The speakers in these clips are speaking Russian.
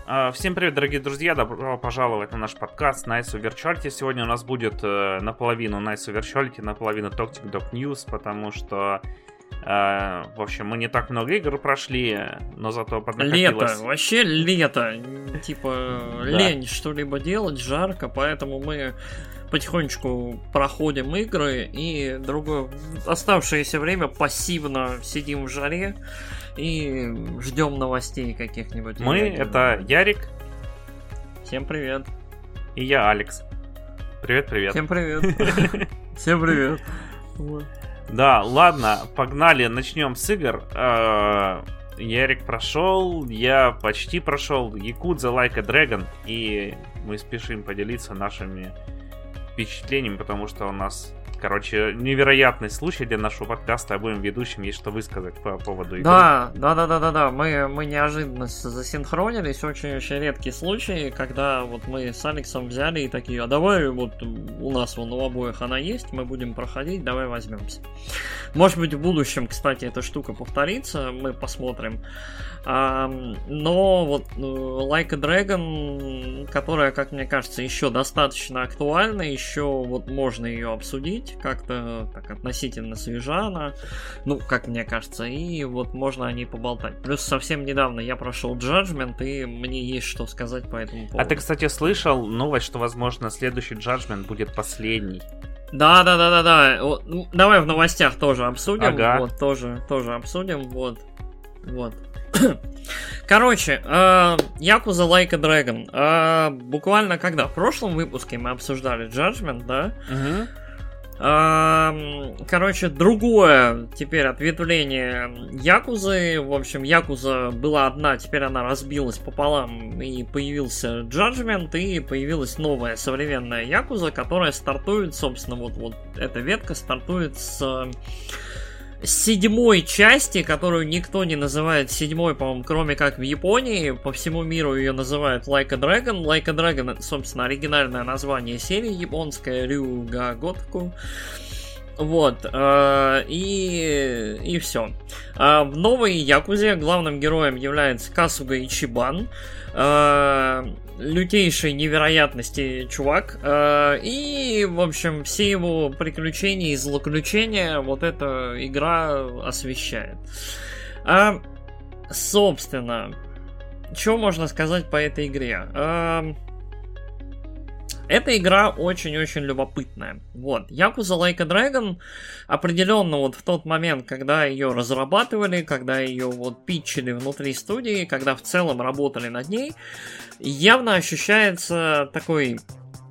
Всем привет, дорогие друзья, добро пожаловать на наш подкаст Nice Virtuality. Сегодня у нас будет наполовину Nice Virtuality, наполовину Tactic Dog News, потому что, в общем, мы не так много игр прошли, но зато поднакопилось. Лето, вообще лето, типа лень что-либо делать, жарко, поэтому мы потихонечку проходим игры и другое оставшееся время пассивно сидим в жаре и ждем новостей каких-нибудь. Мы — это Ярик. Всем привет. И я, Алекс. Привет-привет. Всем привет. Всем привет. Да, ладно, погнали, начнем с игр. Ярик прошел, я почти прошел Yakuza Like a Dragon, и мы спешим поделиться нашими впечатлениями, потому что у нас, короче, невероятный случай для нашего подкаста, обоим ведущим есть что высказать по поводу игры. Да, мы неожиданно засинхронились, очень-очень редкий случай, когда вот мы с Алексом взяли и такие, а давай вот у нас вон у обоих она есть, мы будем проходить, давай возьмемся. Может быть, в будущем, кстати, эта штука повторится, мы посмотрим. Но вот Like a Dragon, которая, как мне кажется, еще достаточно актуальна, еще вот можно ее обсудить, как-то так относительно свежа она, ну, как мне кажется, и вот можно о ней поболтать. Плюс совсем недавно я прошел Judgment, и мне есть что сказать по этому поводу. А ты, кстати, слышал новость, что, возможно, следующий Judgment будет последний? Да. Вот, ну, давай в новостях тоже обсудим. Ага. Вот, тоже обсудим. Вот. Короче, Yakuza Like a Dragon. Буквально когда? В прошлом выпуске мы обсуждали Judgment, да? Угу. Короче, другое теперь ответвление Якузы. В общем, Якуза была одна, теперь она разбилась пополам, и появился Judgment, и появилась новая современная Якуза, которая стартует, собственно, вот эта ветка стартует с седьмой части, которую никто не называет седьмой, по-моему, кроме как в Японии. По всему миру ее называют Like a Dragon. Like a Dragon — это, собственно, оригинальное название серии японское, Ryuga Gotoku. Вот, и все. В новой Якузе главным героем является Касуга Ичибан, лютейшей невероятности чувак, и, в общем, все его приключения и злоключения вот эта игра освещает. Собственно, что можно сказать по этой игре? Эта игра очень-очень любопытная. Вот. Yakuza Like a Dragon определенно вот в тот момент, когда ее разрабатывали, когда ее вот питчили внутри студии, когда в целом работали над ней, явно ощущается такой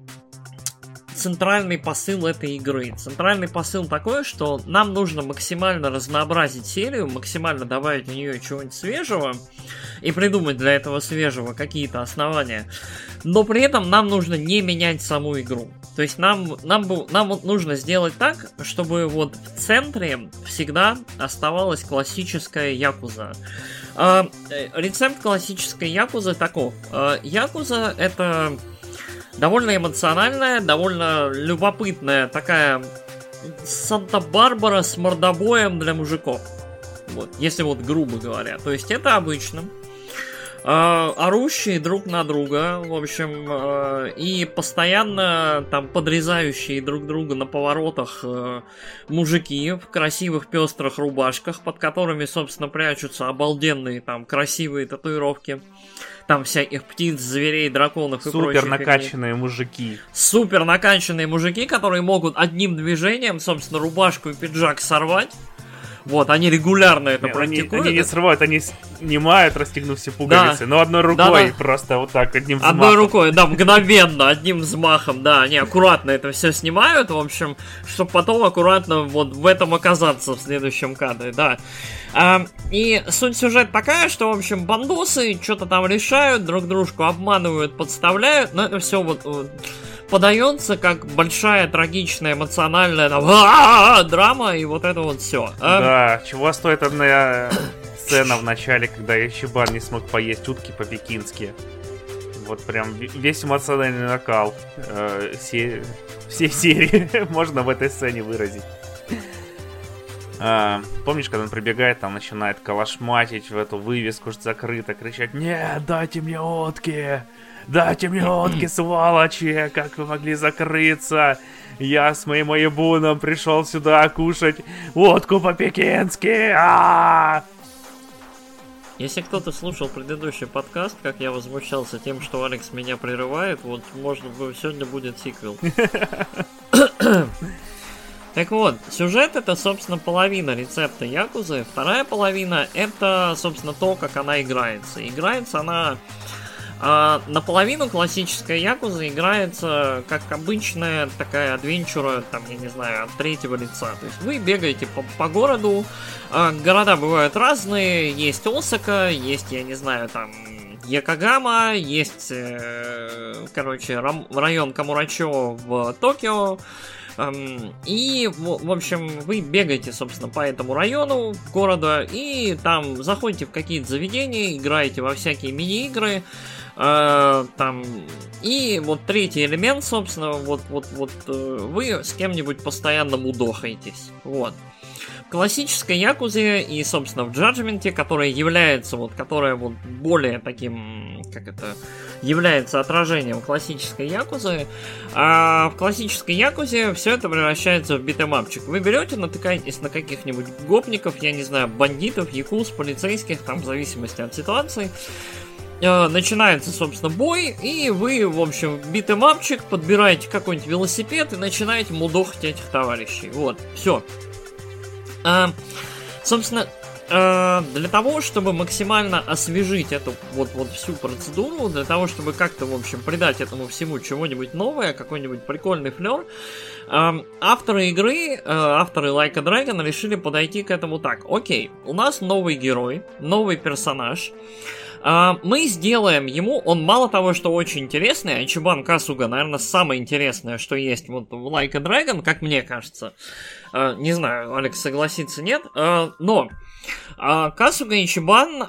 центральный посыл этой игры. Центральный посыл такой, что нам нужно максимально разнообразить серию, максимально добавить в нее чего-нибудь свежего и придумать для этого свежего какие-то основания. Но при этом нам нужно не менять саму игру. То есть нам вот нужно сделать так, чтобы вот в центре всегда оставалась классическая Якуза. Рецепт классической Якузы таков. Якуза — это довольно эмоциональная, довольно любопытная такая Санта-Барбара с мордобоем для мужиков. Вот, если вот грубо говоря. То есть это обычно орущие друг на друга, в общем, и постоянно там подрезающие друг друга на поворотах мужики в красивых пестрых рубашках, под которыми, собственно, прячутся обалденные там красивые татуировки. Там всяких птиц, зверей, драконов и прочее. Супер накачанные мужики. Супер накачанные мужики, которые могут одним движением, собственно, рубашку и пиджак сорвать. Вот, они регулярно это практикуют. Они не срывают, они снимают, расстегнув все пуговицы, но одной рукой просто вот так, одним взмахом. Одной рукой, да, мгновенно, одним взмахом, да, они аккуратно это все снимают, в общем, чтобы потом аккуратно вот в этом оказаться в следующем кадре, да. И суть сюжета такая, что, в общем, бандосы что-то там решают, друг дружку обманывают, подставляют, но это все вот подается как большая трагичная эмоциональная драма, и вот это вот все. Да, чего стоит одна сцена в начале, когда Ичибан не смог поесть утки по-пекински. Вот прям весь эмоциональный накал всей серии можно в этой сцене выразить. Помнишь, когда он прибегает, там начинает калашматить в эту вывеску, что закрыто, кричать: «Нет, дайте мне водки! Дайте мне водки, сволочи! Как вы могли закрыться? Я с моим оебуном пришел сюда кушать водку по-пекински! А-а-а!» Если кто-то слушал предыдущий подкаст, как я возмущался тем, что Алекс меня прерывает, вот, можно бы, сегодня будет сиквел. Так вот, сюжет — это, собственно, половина рецепта Якузы. Вторая половина — это, собственно, то, как она играется. Играется она... наполовину классическая Якуза играется как обычная такая адвенчура, там, я не знаю, от третьего лица. То есть вы бегаете по городу, города бывают разные, есть Осака, есть, я не знаю, там, Якогама, есть, короче, район Камурачо в Токио. И, в общем, вы бегаете, собственно, по этому району города, и там заходите в какие-то заведения, играете во всякие мини-игры, там, и вот третий элемент, собственно, вот вы с кем-нибудь постоянно мудохаетесь, вот. В классической Якузе и, собственно, в Джаджменте, которая является более таким, как это, является отражением классической Якузы, а в классической Якузе все это превращается в битэмапчик. Вы берете, натыкаетесь на каких-нибудь гопников, я не знаю, бандитов, якуз, полицейских, там, в зависимости от ситуации. Начинается, собственно, бой, и вы, в общем, битэмапчик, подбираете какой-нибудь велосипед и начинаете мудохать этих товарищей. Вот, все. Собственно, для того, чтобы максимально освежить эту вот всю процедуру, для того, чтобы как-то, в общем, придать этому всему чего-нибудь новое, какой-нибудь прикольный флер, авторы игры, авторы Like a Dragon решили подойти к этому так. Окей, у нас новый герой, новый персонаж. Мы сделаем ему, он мало того, что очень интересный, Ичибан Касуга, наверное, самое интересное, что есть вот в Like a Dragon, как мне кажется. Не знаю, Алекс согласится, нет, но Касуга Ичибан,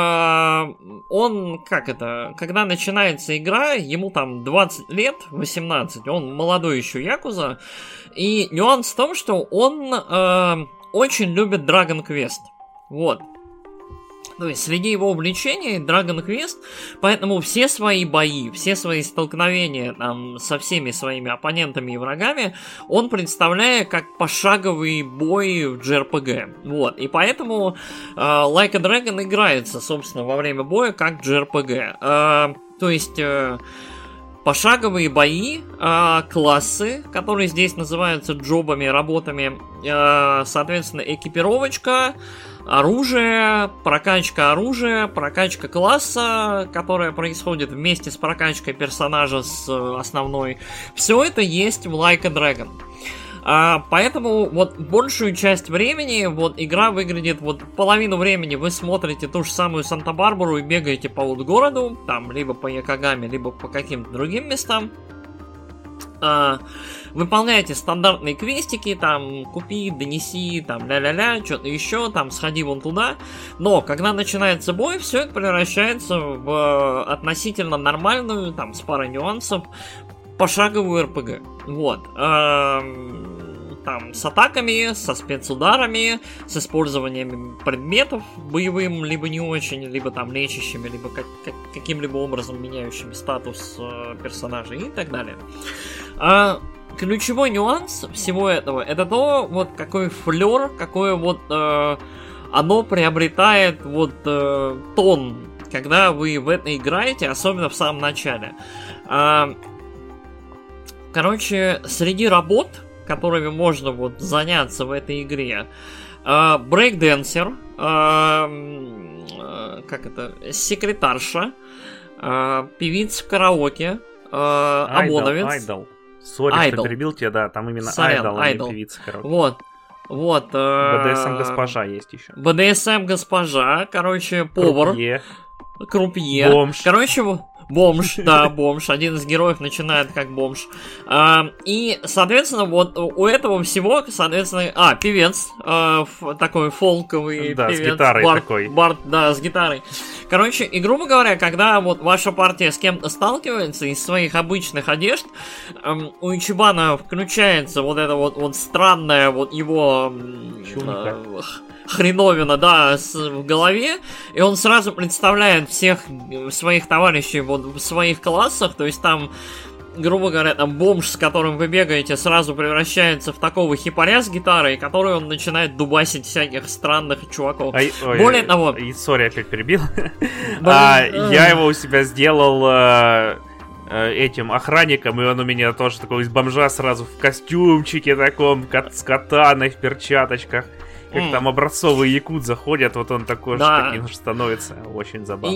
он, как это, когда начинается игра, ему там 20 лет, 18, он молодой еще якуза, и нюанс в том, что он очень любит Dragon Quest, вот. То есть среди его увлечений Dragon Quest, поэтому все свои бои, все свои столкновения там, со всеми своими оппонентами и врагами он представляет как пошаговый бой в JRPG. Вот, и поэтому Like a Dragon играется, собственно, во время боя как JRPG. То есть... пошаговые бои, классы, которые здесь называются джобами, работами, соответственно, экипировочка, оружие, прокачка класса, которая происходит вместе с прокачкой персонажа с основной. Все это есть в Like a Dragon. Поэтому вот большую часть времени вот игра выглядит, вот половину времени вы смотрите ту же самую Санта-Барбару и бегаете по вот городу, там либо по Якогаме, либо по каким-то другим местам. Выполняете стандартные квестики, там, купи, донеси, там, ля-ля-ля, что-то еще, там, сходи вон туда. Но, когда начинается бой, все это превращается в относительно нормальную, там, с парой нюансов, пошаговую РПГ. Вот. Там, с атаками, со спецударами, с использованием предметов боевым, либо не очень, либо там лечащими, либо каким-либо образом меняющими статус персонажей и так далее. Ключевой нюанс всего этого, это то, вот какой флер, какое вот оно приобретает вот тон, когда вы в это играете, особенно в самом начале. Короче, среди работ, которыми можно вот заняться в этой игре, брейкденсер, как это, секретарша, певица в караоке, обоновец. Айдол. Сори, что перебил тебя, да, там именно айдол, а не певица караоке. Вот. БДСМ госпожа есть еще. БДСМ госпожа, короче, повар. Крупье. Бомж. Короче, Бомж, да, бомж. Один из героев начинает как бомж. И, соответственно, вот у этого всего, соответственно... певец. Такой фолковый да, певец. С гитарой такой. Бард, да, с гитарой. Короче, и грубо говоря, когда вот ваша партия с кем-то сталкивается из своих обычных одежд, у Ичибана включается вот это вот странное вот его... хреновина, да, в голове, и он сразу представляет всех своих товарищей вот в своих классах, то есть там, грубо говоря, там бомж, с которым вы бегаете, сразу превращается в такого хипаря с гитарой, который он начинает дубасить всяких странных чуваков. Более того... Сори, опять перебил. Я его у себя сделал... этим охранником, и он у меня тоже такой из бомжа сразу в костюмчике таком, с катаной, в перчаточках. Как там образцовые якудза ходят, вот он такой же таким же становится. Очень забавно.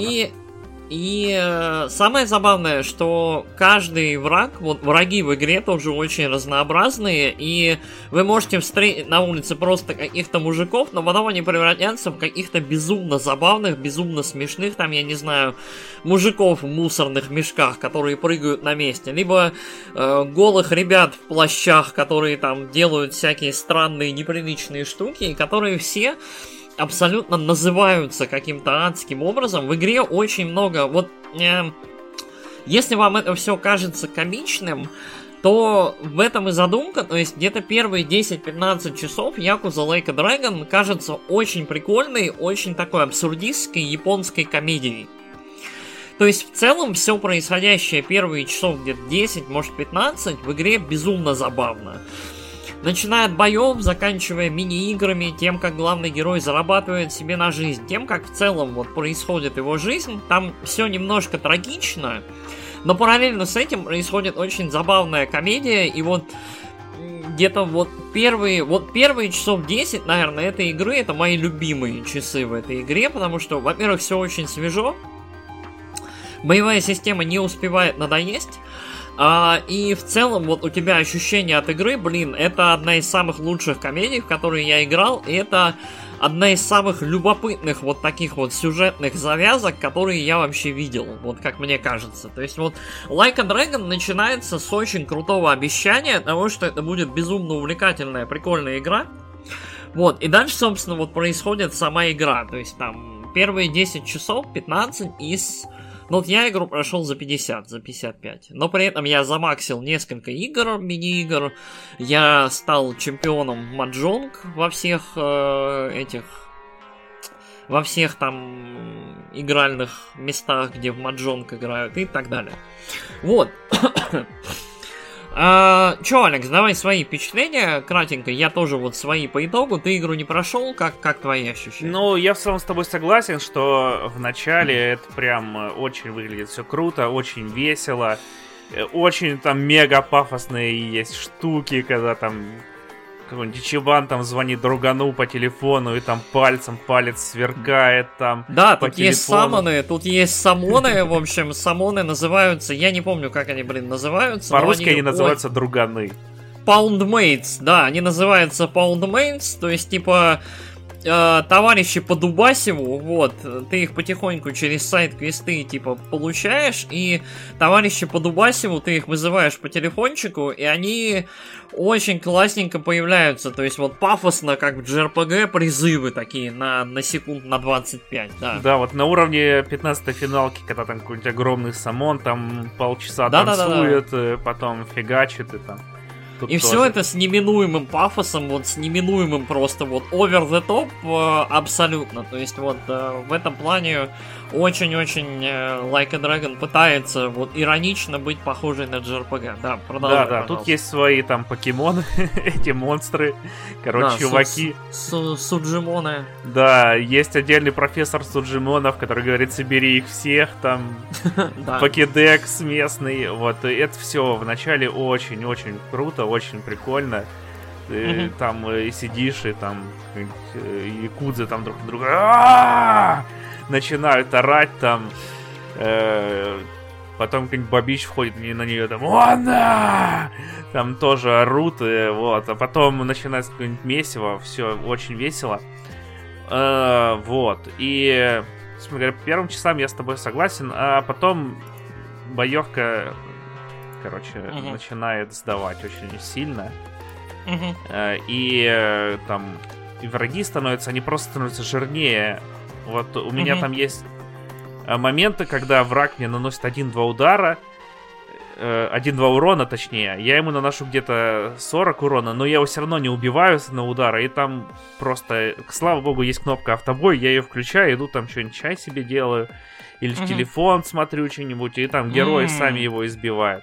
И самое забавное, что каждый враг, вот враги в игре тоже очень разнообразные, и вы можете встретить на улице просто каких-то мужиков, но потом они превратятся в каких-то безумно забавных, безумно смешных, там, я не знаю, мужиков в мусорных мешках, которые прыгают на месте, либо голых ребят в плащах, которые там делают всякие странные, неприличные штуки, и которые все... абсолютно называются каким-то адским образом. В игре очень много... Вот, если вам это все кажется комичным, то в этом и задумка. То есть где-то первые 10-15 часов Yakuza Like a Dragon кажется очень прикольной, очень такой абсурдистской японской комедией. То есть в целом все происходящее первые часов где-то 10, может 15 в игре безумно забавно. Начиная от боев, заканчивая мини-играми, тем, как главный герой зарабатывает себе на жизнь, тем, как в целом вот происходит его жизнь, там все немножко трагично, но параллельно с этим происходит очень забавная комедия, и вот где-то вот первые часов 10, наверное, этой игры, это мои любимые часы в этой игре, потому что, во-первых, все очень свежо, боевая система не успевает надоесть, и в целом вот у тебя ощущение от игры, это одна из самых лучших комедий, в которые я играл, и это одна из самых любопытных вот таких вот сюжетных завязок, которые я вообще видел, вот как мне кажется. То есть вот Like a Dragon начинается с очень крутого обещания того, что это будет безумно увлекательная, прикольная игра. Вот, и дальше, собственно, вот происходит сама игра, то есть там первые 10 часов, 15 из... Ну вот я игру прошел за 50, за 55. Но при этом я замаксил несколько игр, мини-игр. Я стал чемпионом маджонг во всех во всех там игральных местах, где в маджонг играют и так далее. Вот. Чё, Алекс, давай свои впечатления кратенько. Я тоже вот свои по итогу. Ты игру не прошел, как твои ощущения? Ну, я в целом с тобой согласен, что в начале это прям очень выглядит все круто, очень весело. Очень там мега пафосные есть штуки, когда там какой-нибудь Ичибан там звонит другану по телефону, и там пальцем палец сверкает там. Да, тут есть самоны, тут есть самоны, в общем, самоны называются, я не помню, как они, называются. По-русски они называются друганы. Poundmates, да, они называются Poundmates, то есть, типа, товарищи по Дубасеву, вот, ты их потихоньку через сайт-квесты, типа, получаешь, и товарищи по Дубасеву, ты их вызываешь по телефончику, и они очень классненько появляются, то есть, вот, пафосно, как в JRPG, призывы такие на секунд на 25, да. Да, вот на уровне 15-й финалки, когда там какой-нибудь огромный самон, там полчаса танцует, потом фигачит, и там... Тут и тоже. все это с неминуемым пафосом, вот с неминуемым просто вот over the top абсолютно. То есть вот в этом плане очень-очень Like a Dragon пытается вот иронично быть похожей на JRPG. Да, продолжай, да, тут есть свои там покемоны, эти монстры, короче, да, чуваки. Суджимоны. Да, есть отдельный профессор Суджимонов, который говорит, собери их всех, там, покедекс местный. Вот, и это все в начале очень-очень круто, очень прикольно. Ты там и сидишь, и там якудзы там друг друга начинают орать там. Потом какой-нибудь бабич входит на нее, там «Она!» Там тоже орут, вот. А потом начинается какое-нибудь месиво, все очень весело. Вот. И, говоря, по первым часам я с тобой согласен, а потом боевка, короче, начинает сдавать очень сильно. И там и враги становятся, они просто становятся жирнее. Вот у меня там есть моменты, когда враг мне наносит 1-2 удара, 1-2 урона, точнее. Я ему наношу где-то 40 урона, но я его все равно не убиваю с одного удара. И там просто, слава богу, есть кнопка автобой, я ее включаю, иду там что-нибудь чай себе делаю. Или в телефон смотрю что-нибудь, и там герои сами его избивают.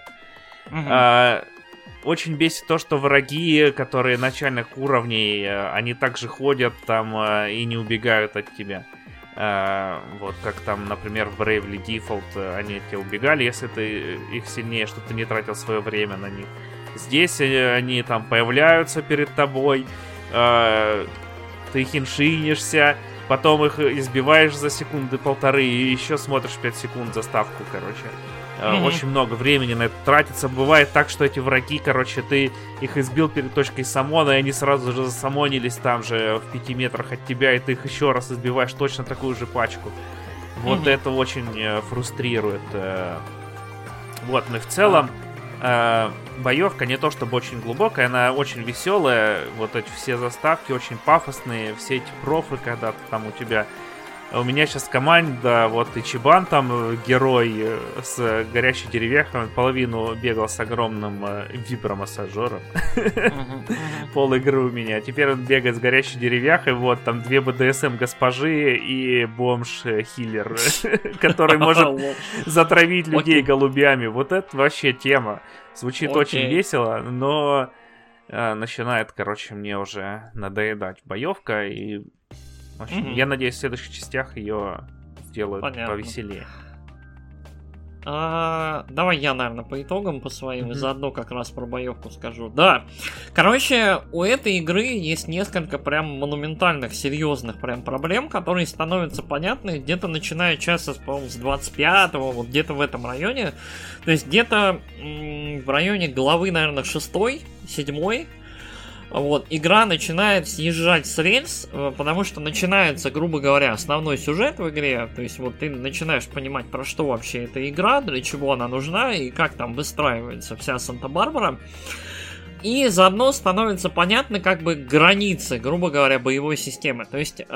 Очень бесит то, что враги, которые начальных уровней, они также ходят там и не убегают от тебя. Вот как там, например, в Bravely Default они от тебя убегали, если ты их сильнее, чтобы ты не тратил свое время на них. Здесь они там появляются перед тобой, ты хиншинишься, потом их избиваешь за секунды полторы и еще смотришь 5 секунд заставку, короче. Очень много времени на это тратится. Бывает так, что эти враги, короче, ты их избил перед точкой саммона, и они сразу же засаммонились там же в 5 метрах от тебя, и ты их еще раз избиваешь точно такую же пачку. Вот это очень фрустрирует. Вот, но в целом боевка не то чтобы очень глубокая, она очень веселая. Вот эти все заставки очень пафосные, все эти профы, когда там у тебя... У меня сейчас команда, вот Ичибан там, герой с горящей деревяхой, половину бегал с огромным вибромассажером. Пол игры у меня. Теперь он бегает с горящей деревяхой, вот там 2 БДСМ госпожи и бомж-хиллер, который может затравить людей голубями. Вот это вообще тема. Звучит очень весело, но начинает, короче, мне уже надоедать боевка, и в общем, я надеюсь, в следующих частях ее сделают повеселее. Давай я, наверное, по итогам по своим, и заодно как раз про боевку скажу. Да, короче, у этой игры есть несколько прям монументальных, серьезных прям проблем, которые становятся понятны где-то начиная часа, по-моему, с 25-го, вот где-то в этом районе. То есть где-то в районе главы, наверное, 6-й, 7-й. Вот, игра начинает съезжать с рельс, потому что начинается, грубо говоря, основной сюжет в игре. То есть вот ты начинаешь понимать, про что вообще эта игра, для чего она нужна и как там выстраивается вся Санта-Барбара. И заодно становится понятно как бы границы, грубо говоря, боевой системы. То есть...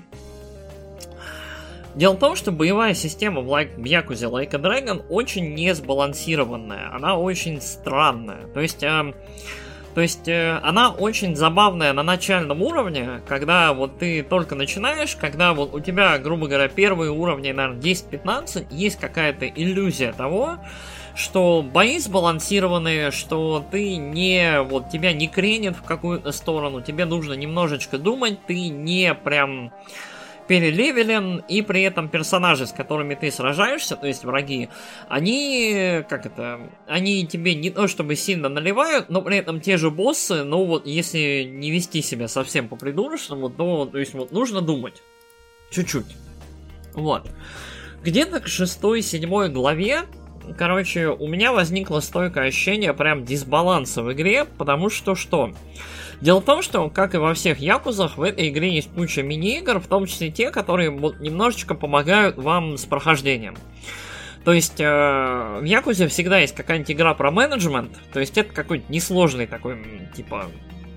Дело в том, что боевая система в Yakuza Like a Dragon очень не сбалансированная. Она очень странная. То есть она очень забавная на начальном уровне, когда вот ты только начинаешь, когда вот у тебя, грубо говоря, первые уровни, наверное, 10-15, есть какая-то иллюзия того, что бои сбалансированные, что ты не, вот тебя не кренит в какую-то сторону, тебе нужно немножечко думать, ты не прям... перелевелен, и при этом персонажи, с которыми ты сражаешься, то есть враги, они, они тебе не то чтобы сильно наливают, но при этом те же боссы, ну вот, если не вести себя совсем по-придурочному, то есть вот нужно думать. Чуть-чуть. Вот. Где-то к 6-7 главе, короче, у меня возникло стойкое ощущение прям дисбаланса в игре, потому что что? Дело в том, что, как и во всех якузах, в этой игре есть куча мини-игр, в том числе те, которые немножечко помогают вам с прохождением. То есть в якузе всегда есть какая-нибудь игра про менеджмент, то есть это какой-то несложный такой, типа...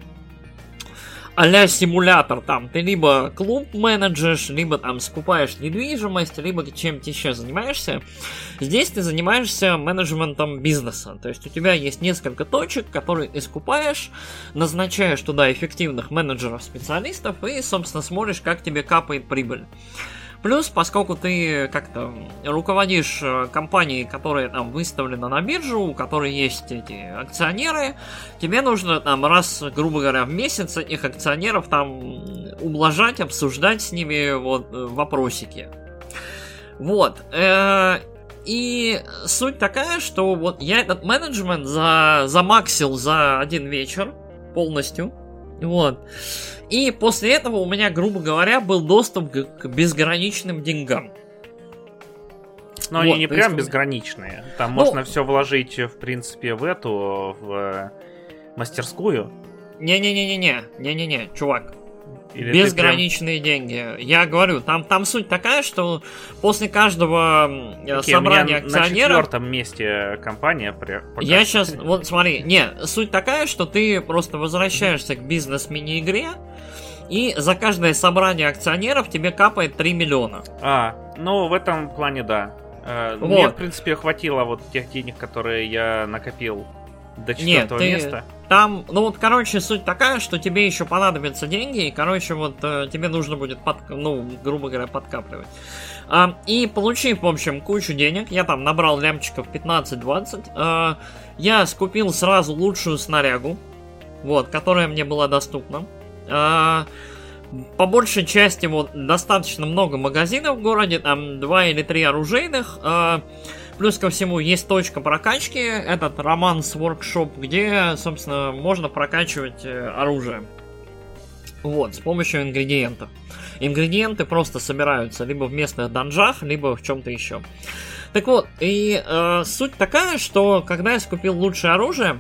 а-ля симулятор, там, ты либо клуб менеджешь, либо там скупаешь недвижимость, либо чем-то еще занимаешься. Здесь ты занимаешься менеджментом бизнеса, то есть у тебя есть несколько точек, которые ты скупаешь, назначаешь туда эффективных менеджеров-специалистов и, собственно, смотришь, как тебе капает прибыль. Плюс, поскольку ты как-то руководишь компанией, которая там выставлена на биржу, у которой есть эти акционеры, тебе нужно там раз, грубо говоря, в месяц этих акционеров там ублажать, обсуждать с ними вот вопросики. Вот. И суть такая, что вот я этот менеджмент замаксил за один вечер полностью. Вот. И после этого у меня, грубо говоря, был доступ к безграничным деньгам. Но вот, они не прям безграничные. Там можно все вложить, в принципе, в мастерскую. Не-не-не, чувак. Или безграничные деньги. Я говорю, там суть такая, что после каждого собрания акционеров... На 4-м месте компания... Я сейчас... Вот смотри, суть такая, что ты просто возвращаешься к бизнес-мини-игре, и за каждое собрание акционеров тебе капает 3 миллиона. Ну, в этом плане, да. Вот. Мне, в принципе, хватило вот тех денег, которые я накопил до 4-го места. Там, суть такая, что тебе еще понадобятся деньги, и, тебе нужно будет, грубо говоря, подкапливать. И получив, в общем, кучу денег, я там набрал лямчиков 15-20, я скупил сразу лучшую снарягу, которая мне была доступна. По большей части достаточно много магазинов в городе, там 2 или 3 оружейных. Плюс ко всему есть точка прокачки, этот Романс Workshop, где, собственно, можно прокачивать оружие. С помощью ингредиентов. Ингредиенты просто собираются либо в местных данжах, либо в чем-то еще. Так вот, и суть такая, что когда я скупил лучшее оружие,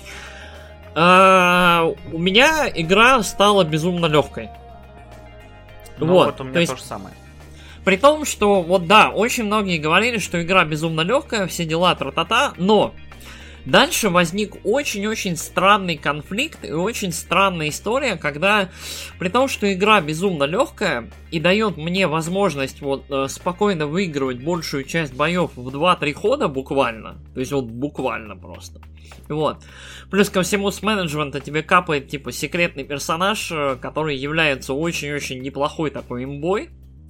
у меня игра стала безумно легкой. У меня то же самое. При том, что, очень многие говорили, что игра безумно легкая, все дела, тра-та-та, но дальше возник очень-очень странный конфликт и очень странная история, когда, при том, что игра безумно легкая и дает мне возможность спокойно выигрывать большую часть боев в 2-3 хода буквально, то есть буквально просто. Плюс ко всему с менеджмента тебе капает секретный персонаж, который является очень-очень неплохой такой имбой.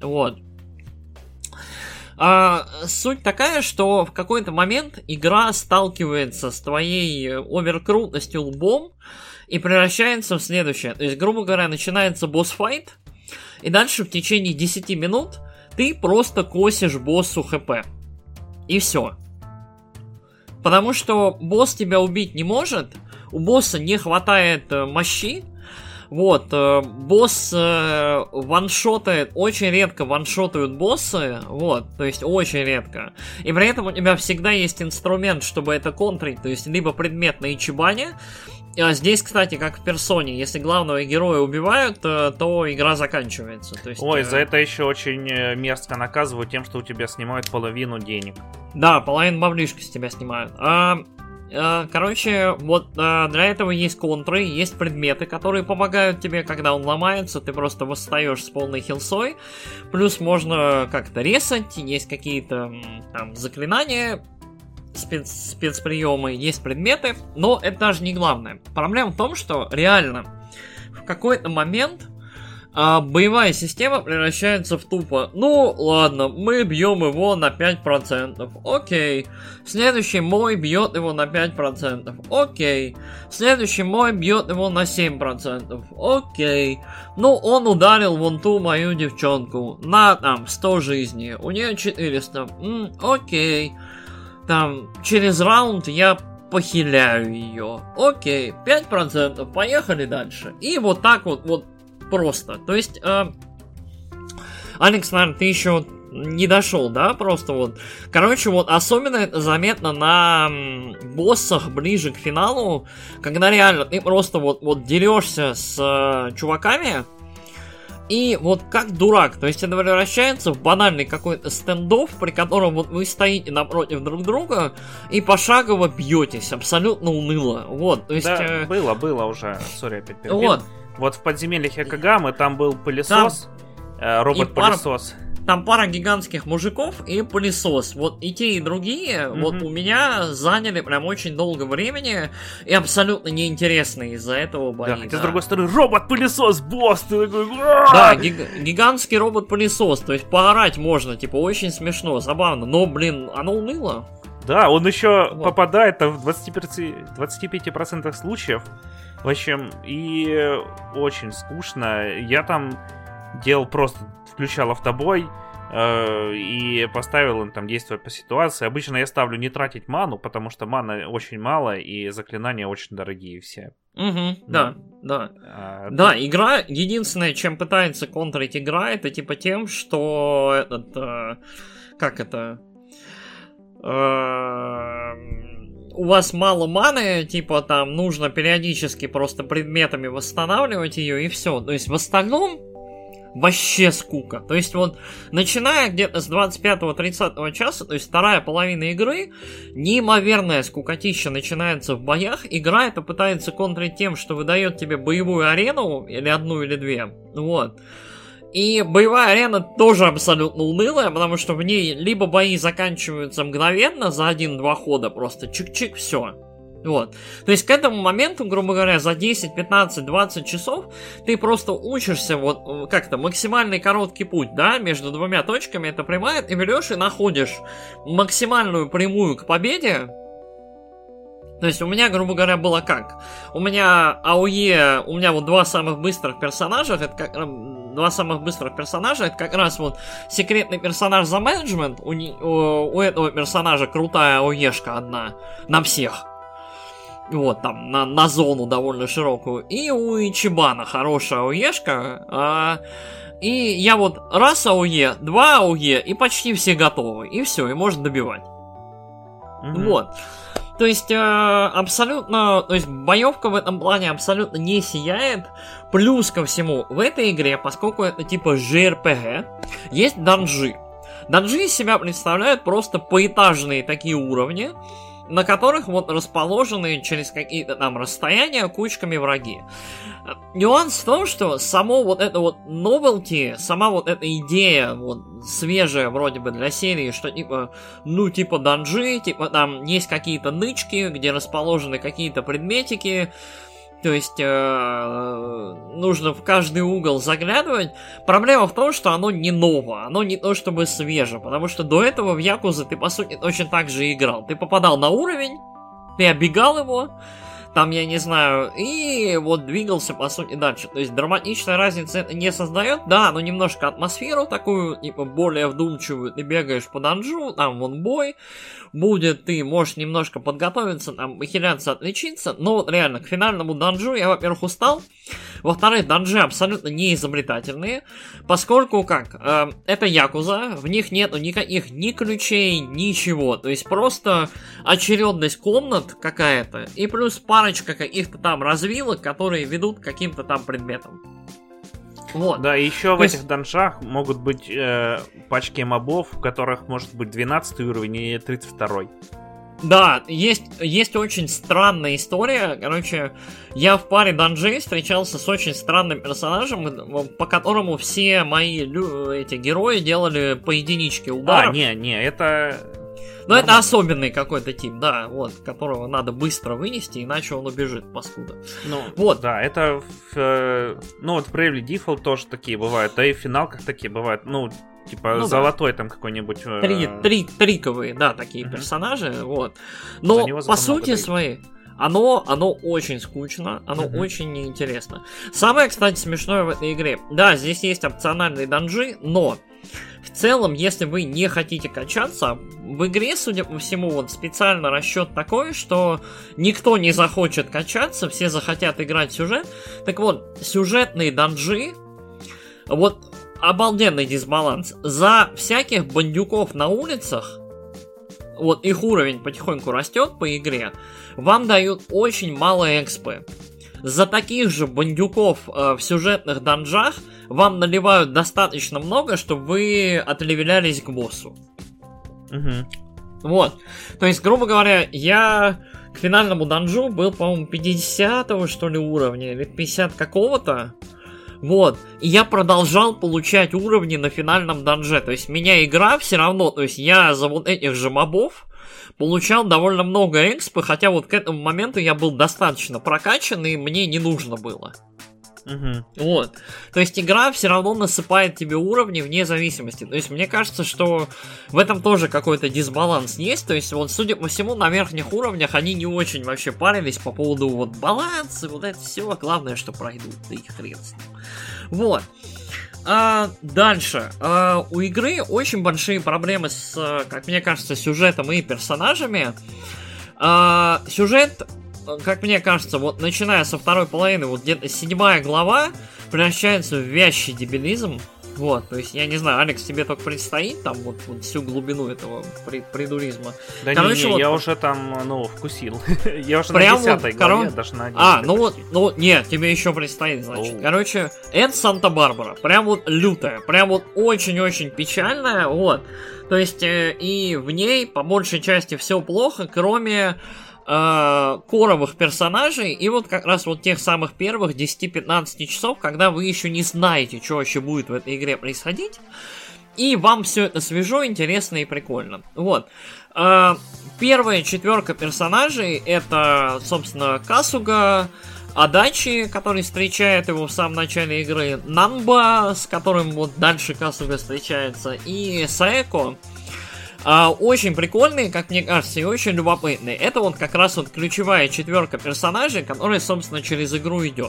Суть такая, что в какой-то момент игра сталкивается с твоей оверкрутостью лбом и превращается в следующее. То есть, грубо говоря, начинается босс-файт, и дальше в течение 10 минут ты просто косишь боссу хп. И все. Потому что босс тебя убить не может, у босса не хватает мощи. Босс ваншотает, очень редко ваншотают боссы, то есть очень редко. И при этом у тебя всегда есть инструмент, чтобы это контрить, то есть либо предмет на ичибане. Здесь, кстати, как в персоне, если главного героя убивают, то игра заканчивается. То есть, за это еще очень мерзко наказывают тем, что у тебя снимают половину денег. Да, половину баблишки с тебя снимают. Для этого есть контры, есть предметы, которые помогают тебе, когда он ломается, ты просто восстаешь с полной хилсой. Плюс можно как-то ресать, есть какие-то там заклинания, спецприемы, есть предметы, но это даже не главное. Проблема в том, что реально в какой-то момент боевая система превращается в тупо. Ладно, мы бьем его на 5%. Окей. Следующий мой бьет его на 5%. Окей. Следующий мой бьет его на 7%. Окей. Он ударил вон ту мою девчонку на 100 жизней. У нее 400. Окей. Через раунд я похиляю ее. Окей. 5%. Поехали дальше. И так просто. То есть, Алекс, наверное, ты еще не дошел, да? Просто особенно это заметно на боссах ближе к финалу, когда реально ты просто дерешься с чуваками, и как дурак. То есть это превращается в банальный какой-то стендов, при котором вы стоите напротив друг друга и пошагово бьетесь, абсолютно уныло. То есть... Да, было уже. Сори, опять перебил. В подземельях Якогамы там был пылесос, робот-пылесос. Там пара гигантских мужиков и пылесос. И те, и другие у меня заняли прям очень долго времени и абсолютно неинтересные из-за этого бои. Да, хотя с другой стороны, робот-пылесос, босс! Ты такой... Да, гигантский робот-пылесос. То есть поорать можно, очень смешно, забавно. Но, оно уныло. Да, он еще попадает в 25% случаев. В общем, и очень скучно. Я там включал автобой и поставил им там действовать по ситуации. Обычно я ставлю не тратить ману, потому что маны очень мало и заклинания очень дорогие все. Да. Да, игра, единственное, чем пытается контрить игра, это тем, что у вас мало маны, типа там нужно периодически просто предметами восстанавливать ее и все. То есть в остальном вообще скука. То есть вот, начиная где-то с 25-30 часа, то есть вторая половина игры, неимоверная скукотища начинается в боях. Игра это пытается контрить тем, что выдает тебе боевую арену, или одну, или две. Вот. И боевая арена тоже абсолютно унылая, потому что в ней либо бои заканчиваются мгновенно, за 1-2 хода, просто чик-чик, все. Вот. То есть к этому моменту, грубо говоря, за 10, 15, 20 часов ты просто учишься вот как-то максимальный короткий путь, да, между двумя точками, это прямая, ты берешь и находишь максимальную прямую к победе. То есть у меня, грубо говоря, было как? У меня АОЕ, у меня вот два самых быстрых персонажа, это как раз вот секретный персонаж за менеджмент, у этого персонажа крутая АОЕшка одна, на всех. Вот, там, на зону довольно широкую. И у Ичибана хорошая АОЕшка. И я вот раз АОЕ, два АОЕ, и почти все готовы. И все, и можно добивать. Вот. То есть, абсолютно... То есть, боевка в этом плане абсолютно не сияет. Плюс ко всему, в этой игре, поскольку это типа JRPG, есть данжи. Данжи из себя представляют просто поэтажные такие уровни, на которых вот расположены через какие-то там расстояния кучками враги. Нюанс в том, что само вот это вот novelty, сама вот эта идея, вот свежая вроде бы для серии, что типа, ну типа данжи, типа там есть какие-то нычки, где расположены какие-то предметики, то есть нужно в каждый угол заглядывать. Проблема в том, что оно не ново, оно не то чтобы свеже, потому что до этого в Якузе ты по сути точно так же играл. Ты попадал на уровень, ты оббегал его, там, я не знаю, и вот двигался, по сути, дальше. То есть драматичная разница это не создает, да, но немножко атмосферу такую, типа, более вдумчивую. Ты бегаешь по данжу, там вон бой будет, ты можешь немножко подготовиться, там, похиляться, отличиться, но вот реально, к финальному данжу я, во-первых, устал, во-вторых, данжи абсолютно не изобретательные, поскольку, это Якуза, в них нету никаких ни ключей, ничего, то есть просто очередность комнат какая-то, и плюс парочка каких-то там развилок, которые ведут к каким-то там предметам. Вот. Да, и еще в этих данжах могут быть пачки мобов, в которых может быть 12 уровень и 32. Да, есть очень странная история. Короче, я в паре данжей встречался с очень странным персонажем, по которому все мои эти герои делали по единичке ударов. Это... Но это особенный какой-то тип, да, вот, которого надо быстро вынести, иначе он убежит, паскуда. Ну, вот. Да, это в Bravely Default тоже такие бывают, да и в финалках такие бывают, типа золотой там какой-нибудь... Триковые, да, такие персонажи, вот. Но по сути своей... Оно очень скучно, оно очень неинтересно. Самое, кстати, смешное в этой игре, да, здесь есть опциональные данжи, но в целом, если вы не хотите качаться, в игре, судя по всему, вот специально расчет такой, что никто не захочет качаться, все захотят играть в сюжет. Так вот, сюжетные данжи, вот обалденный дисбаланс. За всяких бандюков на улицах, вот их уровень потихоньку растет по игре, вам дают очень мало экспы. За таких же бандюков в сюжетных данжах вам наливают достаточно много, чтобы вы отлевелялись к боссу. Вот. То есть, грубо говоря, я к финальному данжу был, по-моему, 50-го, что ли, уровня, или 50 какого-то. Вот. И я продолжал получать уровни на финальном данже. То есть, меня игра все равно, то есть, я за вот этих же мобов получал довольно много экспы, хотя вот к этому моменту я был достаточно прокачан, и мне не нужно было. Вот. То есть игра все равно насыпает тебе уровни вне зависимости. То есть мне кажется, что в этом тоже какой-то дисбаланс есть. То есть вот, судя по всему, на верхних уровнях они не очень вообще парились по поводу вот баланса, вот это все. Главное, что пройдут, да и хрен с ним. Вот. Дальше. У игры очень большие проблемы с, как мне кажется, сюжетом и персонажами. Сюжет, как мне кажется, вот начиная со второй половины, вот где-то 7 глава превращается в вязчий дебилизм. Вот, то есть, я не знаю, Алекс, тебе только предстоит там вот всю глубину этого придуризма. Да короче, я уже там, вкусил. Я уже прям на 10-й главе, даже на 11-й. Нет, тебе еще предстоит, значит. Короче, это Санта-Барбара. Прям вот лютая, прям вот очень-очень печальная, вот. То есть, и в ней, по большей части, все плохо, кроме коровых персонажей и вот как раз вот тех самых первых 10-15 часов, когда вы еще не знаете, что вообще будет в этой игре происходить, и вам все это свежо, интересно и прикольно. Вот. Первая 4 персонажей это, собственно, Касуга, Адачи, который встречает его в самом начале игры, Нанба, с которым вот дальше Касуга встречается, и Саэко. Очень прикольные, как мне кажется, и очень любопытные. Это вот как раз вот ключевая 4 персонажей, которая, собственно, через игру идет.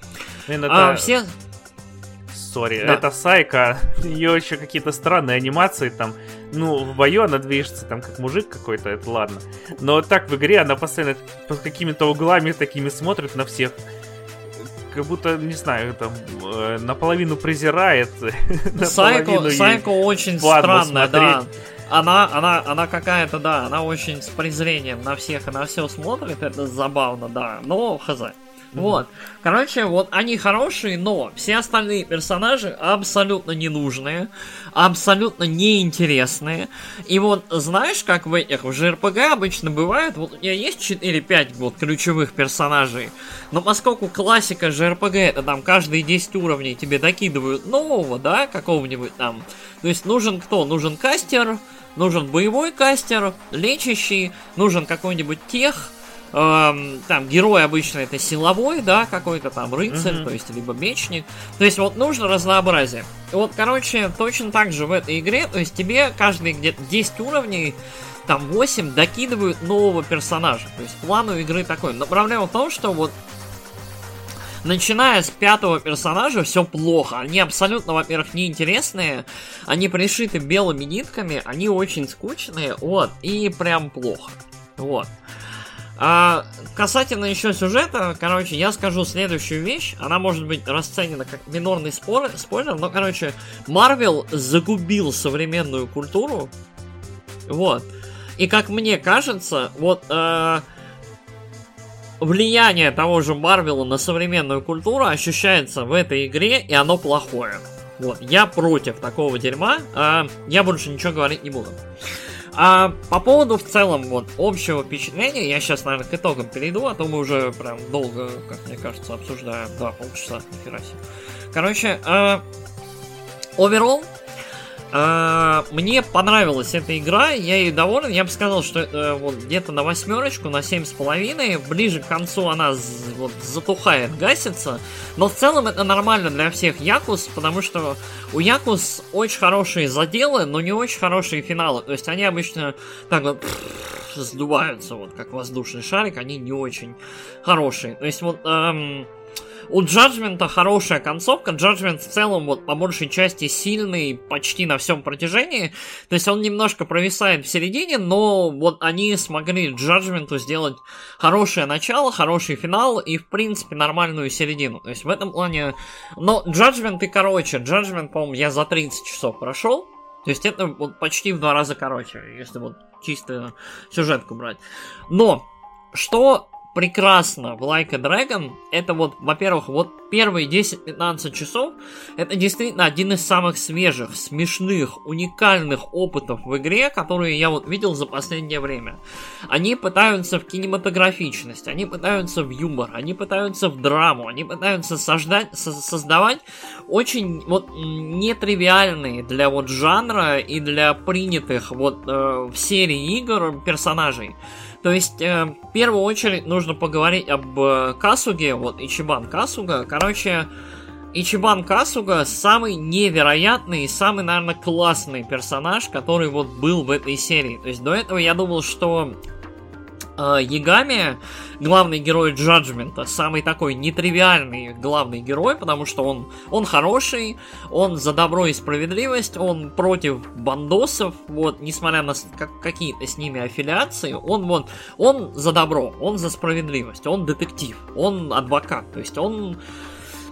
Это Сайка, ее еще какие-то странные анимации там. В бою она движется там как мужик какой-то, это ладно. Но так в игре она постоянно под какими-то углами такими смотрит на всех. Как будто, не знаю, там наполовину презирает. Сайко очень странная, да. Она какая-то, да, она очень с презрением на всех и на все смотрит, это забавно, да, но хз. Вот, короче, вот они хорошие, но все остальные персонажи абсолютно ненужные, абсолютно неинтересные. И вот знаешь, как в этих в JRPG обычно бывает, вот у тебя есть 4-5 вот ключевых персонажей, но поскольку классика JRPG, это там каждые 10 уровней тебе докидывают нового, да, какого-нибудь там. То есть нужен кто? Нужен кастер, нужен боевой кастер, лечащий, нужен какой-нибудь тех. Там герой обычно это силовой, да, какой-то там рыцарь, то есть либо мечник. То есть вот нужно разнообразие. Вот, короче, точно так же в этой игре, то есть тебе каждые где-то 10 уровней, там 8 докидывают нового персонажа. То есть план у игры такой. Но проблема в том, что вот начиная с 5-го персонажа все плохо. Они абсолютно, во-первых, неинтересные, они пришиты белыми нитками, они очень скучные, вот, и прям плохо. Вот. Касательно еще сюжета, короче, я скажу следующую вещь. Она может быть расценена как минорный спойлер, но, короче, Marvel загубил современную культуру. Вот. И как мне кажется, вот влияние того же Марвела на современную культуру ощущается в этой игре, и оно плохое. Вот. Я против такого дерьма. Я больше ничего говорить не буду. По поводу в целом вот общего впечатления, я сейчас, наверное, к итогам перейду, а то мы уже прям долго, как мне кажется, обсуждаем. Да, полчаса, нихера себе. Короче, overall, мне понравилась эта игра, я ей доволен. Я бы сказал, что это вот где-то на 8, на 7,5. Ближе к концу она вот затухает, гасится. Но в целом это нормально для всех Якуз, потому что у Якуз очень хорошие заделы, но не очень хорошие финалы. То есть они обычно так вот сдуваются, вот как воздушный шарик, они не очень хорошие. То есть вот у Джаджмента хорошая концовка. Джаджмент в целом вот по большей части сильный почти на всем протяжении. То есть он немножко провисает в середине, но вот они смогли Джаджменту сделать хорошее начало, хороший финал и в принципе нормальную середину. То есть в этом плане... Но Джаджмент и короче. Джаджмент, по-моему, я за 30 часов прошел. То есть это вот почти в 2 раза короче, если вот чисто сюжетку брать. Но что прекрасно в Like a Dragon, это вот, во-первых, вот первые 10-15 часов, это действительно один из самых свежих, смешных, уникальных опытов в игре, которые я вот видел за последнее время. Они пытаются в кинематографичность, они пытаются в юмор, они пытаются в драму, они пытаются создавать очень вот нетривиальные для вот жанра и для принятых вот в серии игр персонажей. То есть, в первую очередь, нужно поговорить об Касуге, вот, Ичибан Касуга. Короче, Ичибан Касуга самый невероятный и самый, наверное, классный персонаж, который вот был в этой серии. То есть, до этого я думал, что Ягами, главный герой Джаджмента, самый такой нетривиальный главный герой, потому что он хороший, он за добро и справедливость, он против бандосов, вот, несмотря на какие-то с ними аффилиации, он за добро, он за справедливость, он детектив, он адвокат, то есть он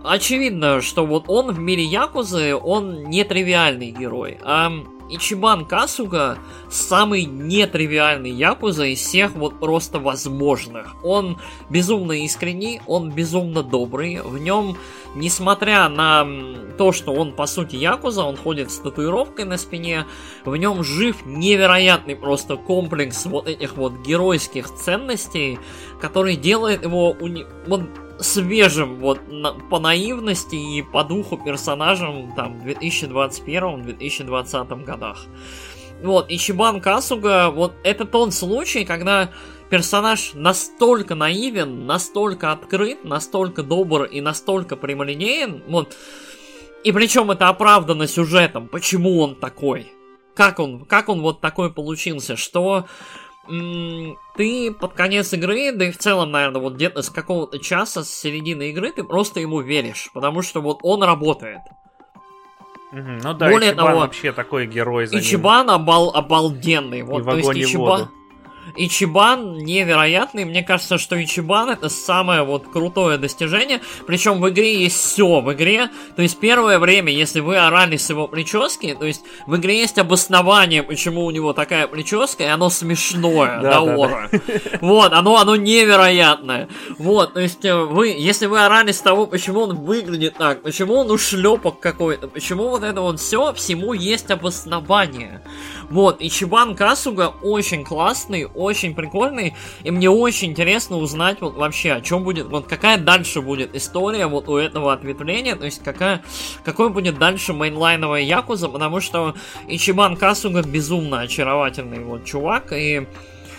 очевидно, что вот он в мире Якузы, он нетривиальный герой, а Ичибан Касуга самый нетривиальный Якуза из всех вот просто возможных. Он безумно искренний, он безумно добрый, в нем, несмотря на то, что он по сути Якуза, он ходит с татуировкой на спине, в нем жив невероятный просто комплекс вот этих вот геройских ценностей, который делает его свежим вот по наивности и по духу персонажам там в 2021-2020 годах. Вот, Ичибан Касуга, вот это тот случай, когда персонаж настолько наивен, настолько открыт, настолько добр и настолько прямолинеен, вот, и причем это оправдано сюжетом, почему он такой, как он вот такой получился, что ты под конец игры, да и в целом, наверное, вот где-то с какого-то часа, с середины игры, ты просто ему веришь, потому что вот он работает. Ну да, более Ичибан того, вообще такой герой за Ичибан обалденный. Вот, и в огонь, и в воду. Ичибан невероятный. Мне кажется, что Ичибан это самое вот крутое достижение. Причем в игре есть все. В игре, то есть первое время, если вы орали с его прически, то есть в игре есть обоснование, почему у него такая прическа, и оно смешное, да, ора. Вот, оно невероятное. Вот, то есть если вы орали с того, почему он выглядит так, почему он ушлепок какой-то, почему вот это вот все, всему есть обоснование. Вот, Ичибан Касуга очень классный, очень прикольный, и мне очень интересно узнать вот вообще, о чем будет, вот какая дальше будет история вот у этого ответвления, то есть какой будет дальше мейнлайновая Якуза, потому что Ичибан Касуга безумно очаровательный вот чувак, и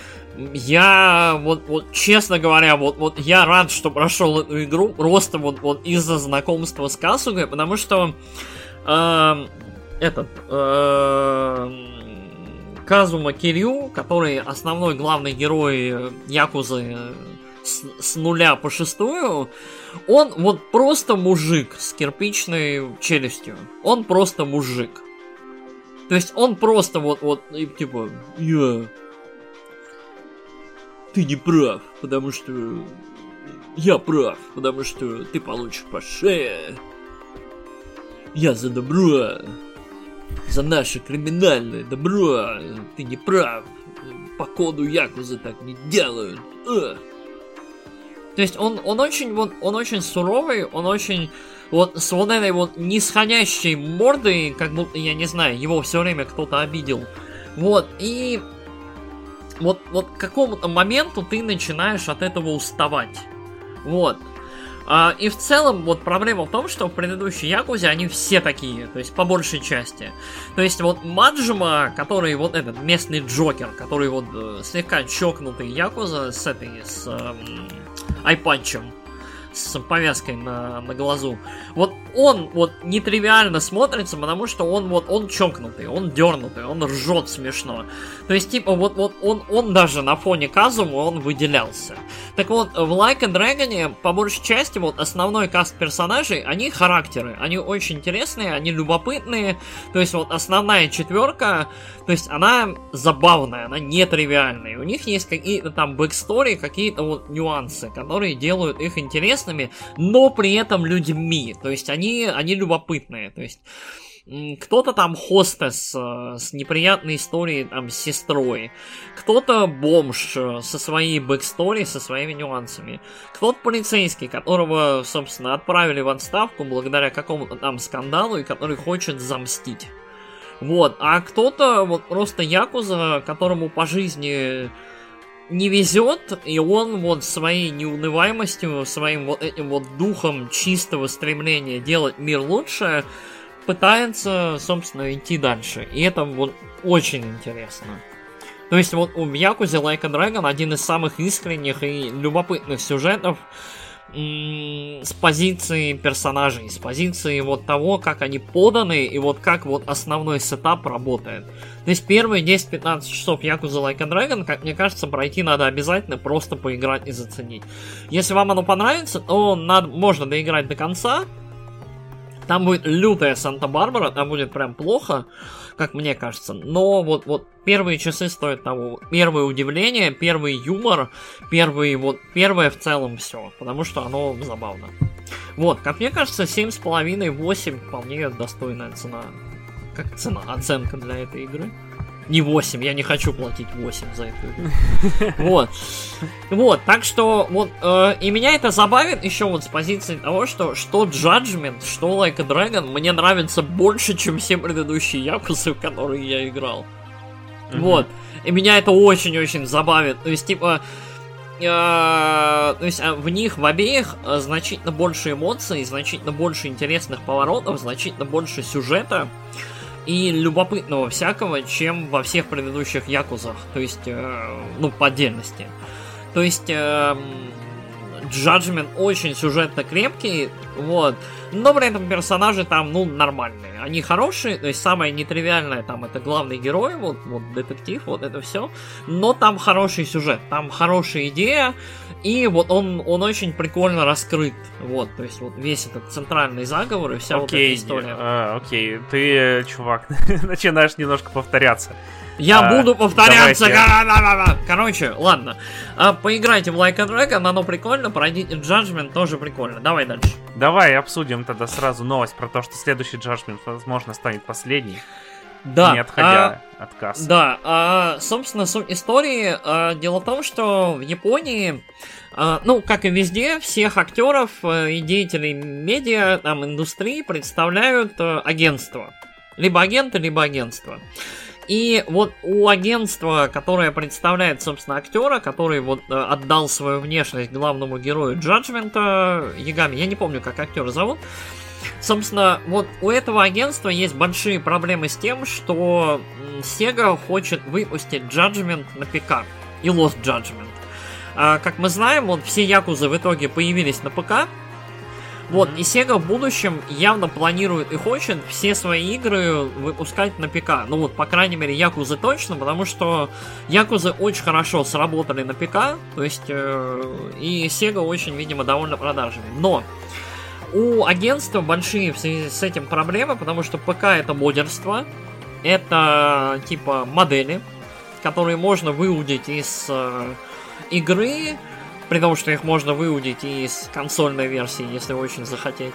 я вот честно говоря, вот я рад, что прошел эту игру просто вот из-за знакомства с Касугой, потому что Казума Кирyu, который основной главный герой Якузы с 0 по 6, он вот просто мужик с кирпичной челюстью. Он просто мужик. То есть он просто типа, ты не прав, потому что я прав, потому что ты получишь по шее. Я за добро. За наше криминальное добро. Ты не прав. По коду Якузы так не делают. То есть он очень суровый, он очень с вот этой вот нисходящей мордой, как будто, я не знаю, его все время кто-то обидел. Вот, и вот к какому-то моменту ты начинаешь от этого уставать. Вот. И в целом, вот проблема в том, что в предыдущей Якузе они все такие, то есть по большей части. То есть вот Маджима, который вот этот местный Джокер, который вот слегка чокнутый Якуза с айпанчем, с повязкой на глазу. Вот он вот нетривиально смотрится, потому что он чокнутый, он дернутый, он ржет смешно. То есть, типа, он даже на фоне Казумы он выделялся. Так вот, в Like a Dragon, по большей части, вот основной каст персонажей, они характеры, они очень интересные, они любопытные. То есть, вот основная четверка, то есть, она забавная, она нетривиальная. У них есть какие-то там бэкстори, какие-то вот нюансы, которые делают их интересными, но при этом людьми. То есть, они любопытные. То есть, кто-то там хостес с неприятной историей там с сестрой, кто-то бомж со своей бэкстори, со своими нюансами, кто-то полицейский, которого, собственно, отправили в отставку благодаря какому-то там скандалу и который хочет замстить. Вот, а кто-то вот просто якуза, которому по жизни не везет, и он вот своей неунываемостью, своим вот этим вот духом чистого стремления делать мир лучше пытается, собственно, идти дальше. И это вот очень интересно. То есть вот у Якузе Like a Dragon один из самых искренних и любопытных сюжетов с позиции персонажей, с позиции вот того, как они поданы и вот как вот основной сетап работает. То есть первые 10-15 часов Yakuza Like a Dragon, как мне кажется, пройти надо обязательно, просто поиграть и заценить. Если вам оно понравится, то можно доиграть до конца. Там будет лютая Санта-Барбара, там будет прям плохо, как мне кажется. Но вот первые часы стоят того. Первое удивление, первый юмор, первое в целом все. Потому что оно забавно. Вот, как мне кажется, 7,5-8 вполне достойная цена. Как цена, оценка для этой игры. Не 8, я не хочу платить 8 за эту игру. Вот. Вот, так что, вот, и меня это забавит еще вот с позиции того, что Judgment, что Like a Dragon мне нравится больше, чем все предыдущие Якузы, в которые я играл. Вот. И меня это очень-очень забавит. То есть, типа... То есть в них, в обеих, значительно больше эмоций, значительно больше интересных поворотов, значительно больше сюжета и любопытного всякого, чем во всех предыдущих Якузах. То есть, ну, по отдельности. То есть, Judgment очень сюжетно крепкий, вот. Но при этом персонажи там, ну, нормальные. Они хорошие, то есть самое нетривиальное там это главный герой, вот детектив, вот это все. Но там хороший сюжет, там хорошая идея, и вот он очень прикольно раскрыт. Вот, то есть вот весь этот центральный заговор и вся вот эта история. Окей, ты, чувак, начинаешь немножко повторяться. Я буду повторяться. Короче, ладно. Поиграйте в Like a Dragon, оно прикольно. Пройдите Judgment, тоже прикольно. Давай дальше. Давай обсудим тогда сразу новость про то, что следующий Judgment, возможно, станет последний. Да. Не отходя от кассы. Да. Собственно, суть истории. Дело в том, что в Японии, ну, как и везде, всех актеров и деятелей медиа, там, индустрии представляют агентства. Либо агенты, либо агентство. И вот у агентства, которое представляет, собственно, актера, который вот отдал свою внешность главному герою Джаджмента, Ягами, я не помню, как актера зовут. Собственно, вот у этого агентства есть большие проблемы с тем, что Sega хочет выпустить Judgment на ПК и Lost Judgment. Как мы знаем, вот все Якузы в итоге появились на ПК. Вот, и Sega в будущем явно планирует и хочет все свои игры выпускать на ПК. Ну вот, по крайней мере, Якузы точно, потому что Якузы очень хорошо сработали на ПК, то есть, и Sega очень, видимо, довольно продажными. Но у агентства большие в связи с этим проблемы, потому что ПК это модерство, это типа модели, которые можно выудить из игры, при том, что их можно выудить и из консольной версии, если очень захотеть.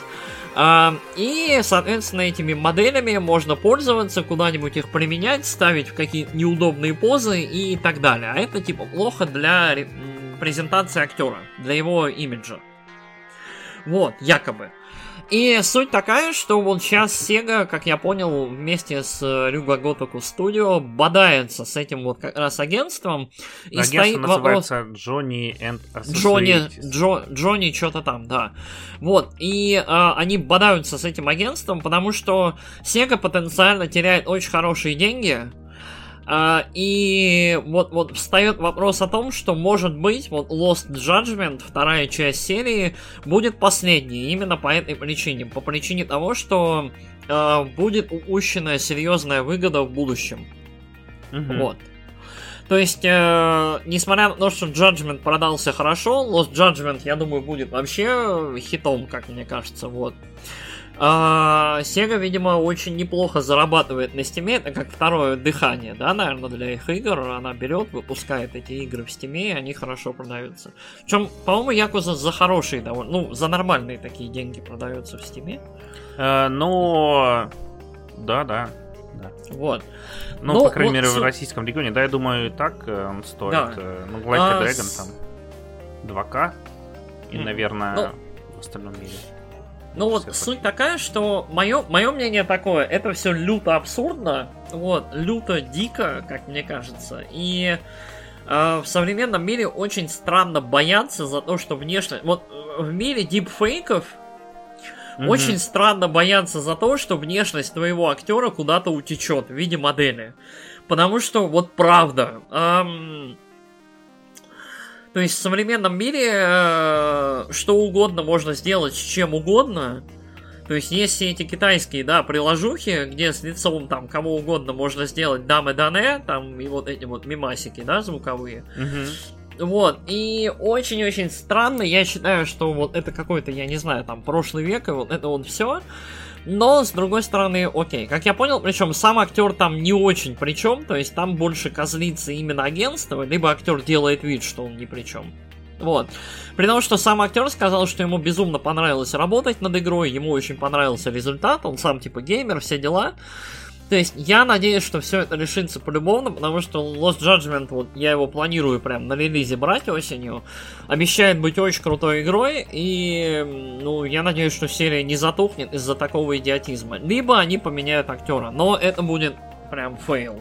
И, соответственно, этими моделями можно пользоваться, куда-нибудь их применять, ставить в какие-то неудобные позы и так далее. А это, типа, плохо для презентации актера, для его имиджа. Вот, якобы. И суть такая, что вот сейчас Sega, как я понял, вместе с Ryuga Gotoku Studio бодается с этим вот как раз агентством. И агентство стоит называется вопрос... Johnny and Associates. Джонни что-то там, да. Вот, и они бодаются с этим агентством, потому что Sega потенциально теряет очень хорошие деньги. И вот встает вопрос о том, что может быть вот Lost Judgment, вторая часть серии, будет последней именно по этой причине. По причине того, что будет упущена серьезная выгода в будущем. Вот. То есть, несмотря на то, что Judgment продался хорошо, Lost Judgment, я думаю, будет вообще хитом, как мне кажется, вот. Sega, видимо, очень неплохо зарабатывает на Steam, это как второе дыхание, да, наверное, для их игр. Она берет, выпускает эти игры в Steam, и они хорошо продаются. Причем, по-моему, Якуза за хорошие довольно, ну, за нормальные такие деньги продаются в Steam. Ну, да. Вот. Ну, по крайней мере, в российском регионе, да, я думаю, и так он стоит. Да. Ну, Like a Dragon там 2К и, наверное, в остальном мире. Ну вот, суть такая, что мое мнение такое, это все люто абсурдно, вот, люто дико, как мне кажется, и в современном мире очень странно бояться за то, что внешность... Вот в мире дипфейков очень странно бояться за то, что внешность твоего актера куда-то утечет в виде модели. Потому что, вот правда... То есть в современном мире что угодно можно сделать с чем угодно. То есть есть все эти китайские, да, приложухи, где с лицом там кого угодно можно сделать даме-дане, там и вот эти вот мемасики, да, звуковые. Вот, и очень-очень странно, я считаю, что вот это какой-то, я не знаю, там, прошлый век, и вот это вот все. Но, с другой стороны, окей. Как я понял, причем сам актер там не очень причем, то есть там больше козлится именно агентство, либо актер делает вид, что он ни при чем. Вот. При том, что сам актер сказал, что ему безумно понравилось работать над игрой, ему очень понравился результат, он сам типа геймер, все дела. То есть я надеюсь, что все это решится полюбовно, потому что Lost Judgment, вот я его планирую прям на релизе брать осенью, обещает быть очень крутой игрой, и ну я надеюсь, что серия не затухнет из-за такого идиотизма. Либо они поменяют актера, но это будет прям фейл.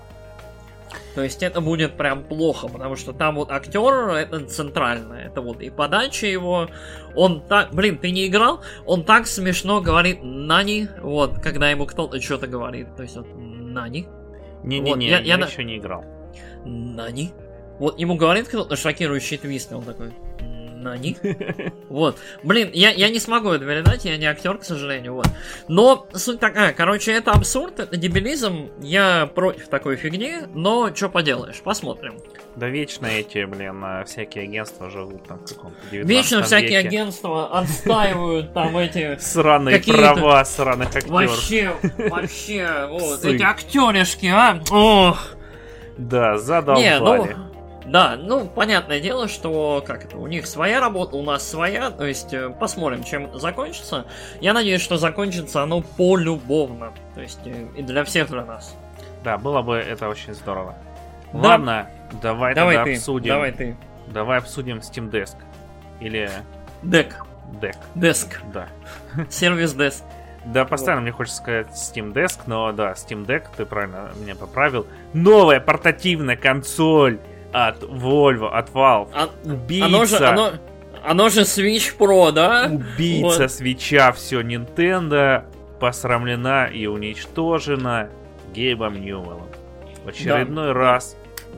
То есть это будет прям плохо, потому что там вот актер, это центральное, это вот и подача его, он так, блин, ты не играл? Он так смешно говорит «нани», вот, когда ему кто-то что-то говорит, то есть вот «нани». Не-не-не, вот, я еще не играл. «Нани». Вот ему говорит кто-то шокирующий твист, и он такой «нани». Вот, блин, я не смогу это передать, я не актер, к сожалению, вот. Но суть такая, короче, это абсурд, это дебилизм, я против такой фигни, но что поделаешь, посмотрим. Да вечно эти, блин, всякие агентства живут там в каком-то 19 Вечно всякие веке. агентства отстаивают там эти... Сраные права сраных актеров. Вообще, вот, эти актеришки, а? Ох. Да, задолбали. Да, ну, понятное дело, что, как это, у них своя работа, у нас своя, то есть, посмотрим, чем это закончится. Я надеюсь, что закончится оно полюбовно, то есть, и для всех, для нас. Да, было бы это очень здорово. Да. Ладно, давай тогда ты, обсудим. Давай ты. Давай обсудим Steam Desk. Или... Deck. Desk. Да. Сервис Desk. Да, постоянно мне хочется сказать Steam Desk, но да, Steam Deck, ты правильно меня поправил. Новая портативная консоль от Volvo, от Valve. Убийца. Оно же Switch Pro, да? Убийца вот. Свитча, все Nintendo посрамлена и уничтожена Гейбом Ньюэллом. В очередной раз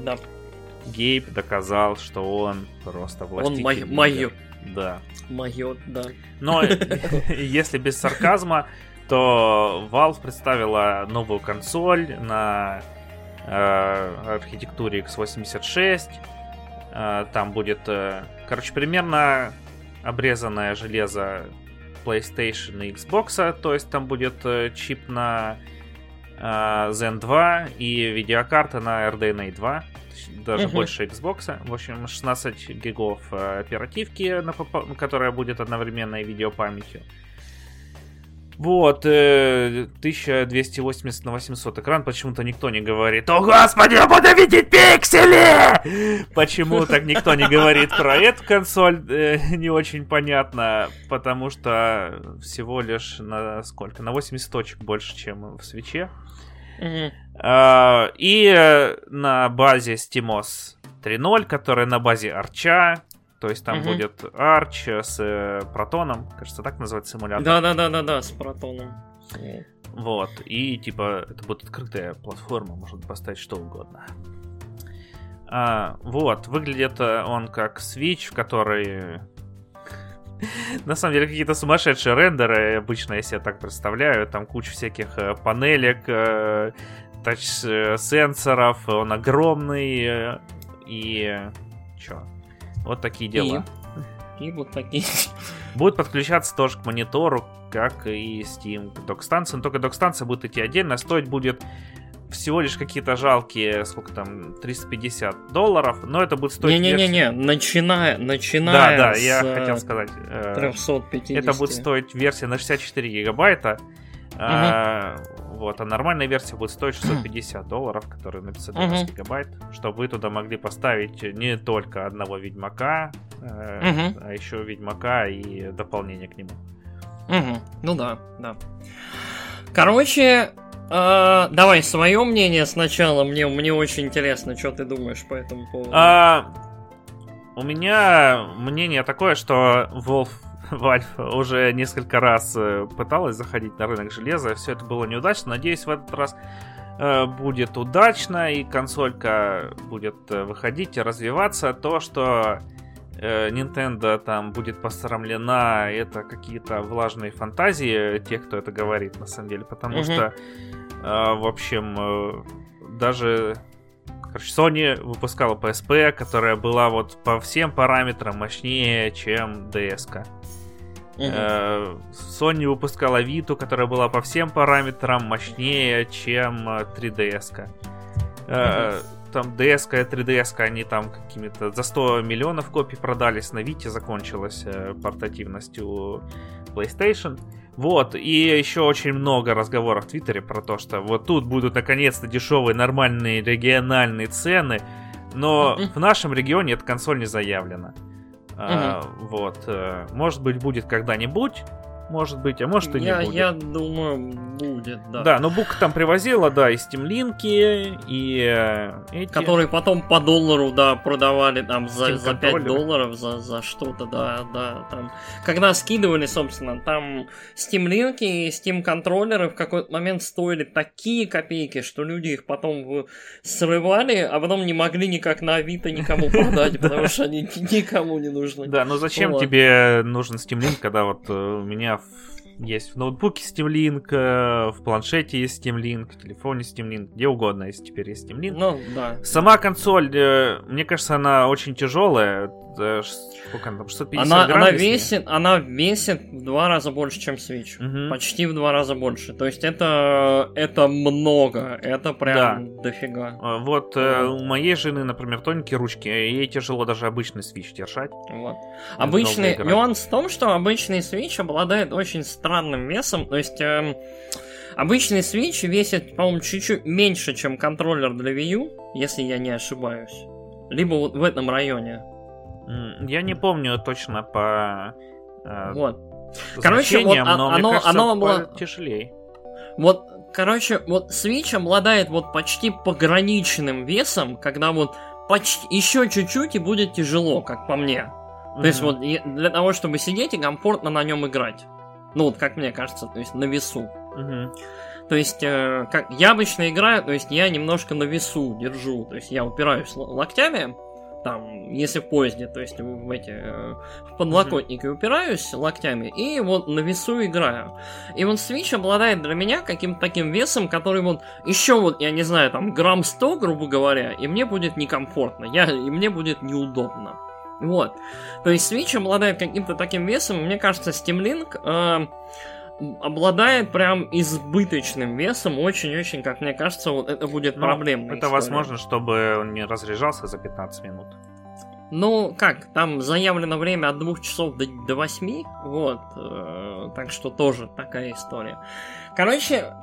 Гейб доказал, что он просто властитель. Он моё. Да. Моё, да. Но если без сарказма, то Valve представила новую консоль на архитектуре x86. Там будет, короче, примерно обрезанное железо PlayStation и Xbox, то есть там будет чип на Zen 2 и видеокарта на RDNA 2, даже больше Xbox. В общем, 16 гигов оперативки, которая будет одновременно и видеопамятью. Вот, 1280 на 800 экран. Почему-то никто не говорит: «О, господи, я буду видеть пиксели!» Почему так никто не говорит про эту консоль, не очень понятно. Потому что всего лишь на сколько? На 80 точек больше, чем в Switch'е. И на базе SteamOS 3.0, которая на базе Arch'a. То есть там будет Arch с Протоном, кажется, так называется симулятор. Да, с Протоном. Вот, и типа это будет открытая платформа, можно поставить что угодно. Вот, выглядит он как Switch, в который... На самом деле какие-то сумасшедшие рендеры, обычно я себе так представляю. Там куча всяких панелек, тач-сенсоров, он огромный и... Чё? Вот такие дела. И вот такие. Будет подключаться тоже к монитору, как и Steam док-станция. Но только док-станция будет идти отдельно. Стоить будет всего лишь какие-то жалкие, сколько там, $350. Но это будет стоить... Не-не-не, начиная да, я хотел сказать. 350. Это будет стоить версия на 64 гигабайта. Вот, а нормальная версия будет стоить $650, которая на 512 гигабайт, чтобы вы туда могли поставить не только одного Ведьмака, а еще Ведьмака и дополнение к нему. Ну да. Короче, давай свое мнение сначала. Мне очень интересно, что ты думаешь по этому поводу. У меня мнение такое, что Valve уже несколько раз пыталась заходить на рынок железа, все это было неудачно. Надеюсь, в этот раз будет удачно, и консолька будет выходить и развиваться. То, что Nintendo там будет посрамлена, это какие-то влажные фантазии тех, кто это говорит, на самом деле. Потому что, в общем, даже... Короче, Sony выпускала PSP, которая была вот по всем параметрам мощнее, чем DS-ка. Sony выпускала Vita, которая была по всем параметрам мощнее, чем 3DS-ка. там DS-ка и 3DS-ка, они там какими-то за 100 миллионов копий продались, на Вите закончилась портативность у PlayStation. Вот, и еще очень много разговоров в Твиттере про то, что вот тут будут наконец-то дешевые нормальные региональные цены, но в нашем регионе эта консоль не заявлена. Вот, может быть, будет когда-нибудь. Может быть, а может и не будет. Я думаю, будет, да. Да, но Бука там привозила, да, и Steam-линки, и эти... Которые потом по $1, да, продавали там за Steam-контроллеры. $5, за что-то, да, там. Когда скидывали, собственно, там Steam-линки и Steam-контроллеры в какой-то момент стоили такие копейки, что люди их потом срывали, а потом не могли никак на Авито никому продать, потому что они никому не нужны. Да, но зачем тебе нужен Steam-линк, когда вот у меня есть в ноутбуке Steam Link, в планшете есть Steam Link, в телефоне Steam Link, где угодно, если теперь есть Steam Link. Ну, да. Сама консоль, мне кажется, она очень тяжелая. Сколько она там? 650 грамм? Она весит в 2 раза больше, чем Switch. Почти в 2 раза больше. То есть это много. Это прям дофига. Вот у моей жены, например, тоненькие ручки, ей тяжело даже обычный Switch держать. Вот. Обычный нюанс в том, что обычный Switch обладает очень странным весом. То есть обычный Switch весит, по-моему, чуть-чуть меньше, чем контроллер для Wii U, если я не ошибаюсь. Либо вот в этом районе. Я не помню точно по короче, вот но мне кажется, тяжелее. Вот, короче, вот Switch обладает вот почти пограничным весом, когда вот почти еще чуть-чуть и будет тяжело, как по мне. То есть вот для того, чтобы сидеть и комфортно на нем играть. Ну вот, как мне кажется, то есть на весу. То есть, как я обычно играю, то есть я немножко на весу держу, то есть я упираюсь локтями, там, если в поезде, то есть в подлокотники упираюсь локтями и вот на весу играю. И вот Switch обладает для меня каким-то таким весом, который вот еще вот, я не знаю, там, грамм 100, грубо говоря, и мне будет некомфортно, и мне будет неудобно. Вот. То есть Switch обладает каким-то таким весом, и мне кажется, Steam Link обладает прям избыточным весом, очень-очень, как мне кажется, вот это будет проблемной это история. Возможно, чтобы он не разряжался за 15 минут. Ну, как, там заявлено время от 2 часов до 8, вот, так что тоже такая история. Короче,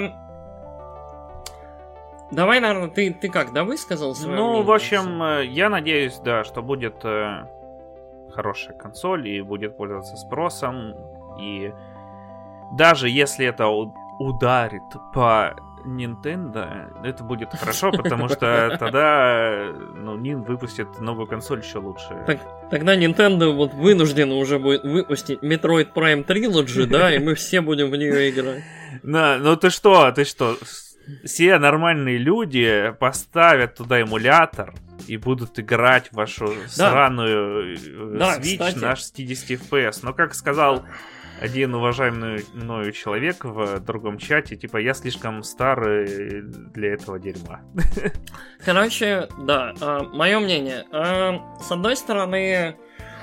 давай, наверное, ты как, высказал свое мнение? В общем, я надеюсь, да, что будет хорошая консоль и будет пользоваться спросом, и даже если это ударит по Nintendo, это будет хорошо, потому что тогда Nintendo выпустит новую консоль еще лучше. Тогда Nintendo вот вынуждена уже будет выпустить Metroid Prime Trilogy, да, и мы все будем в нее играть. Ну ты что? Все нормальные люди поставят туда эмулятор и будут играть в вашу сраную Switch, кстати, на 60 FPS. Но как сказал один уважаемый мною человек в другом чате, типа, я слишком старый для этого дерьма. Короче, да, мое мнение. С одной стороны,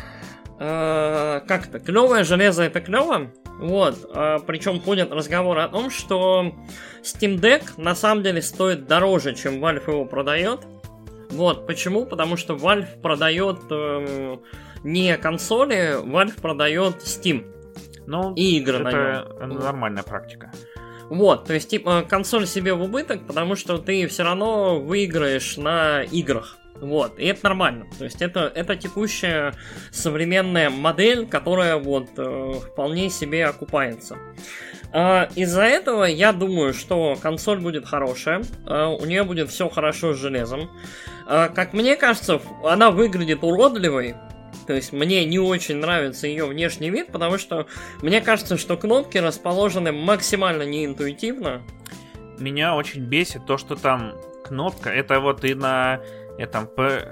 как-то клевое железо — это клево. Вот, причем ходят разговоры о том, что Steam Deck на самом деле стоит дороже, чем Valve его продает. Вот, почему? Потому что Valve продает не консоли, Valve продает Steam. И игры на нем. Это нормальная практика. Вот, то есть, типа, консоль себе в убыток, потому что ты все равно выиграешь на играх. Вот, и это нормально. То есть, это текущая современная модель, которая вот вполне себе окупается. Из-за этого я думаю, что консоль будет хорошая, у нее будет все хорошо с железом. Как мне кажется, она выглядит уродливой. То есть мне не очень нравится ее внешний вид, потому что мне кажется, что кнопки расположены максимально неинтуитивно. Меня очень бесит то, что там кнопка, это вот и на этом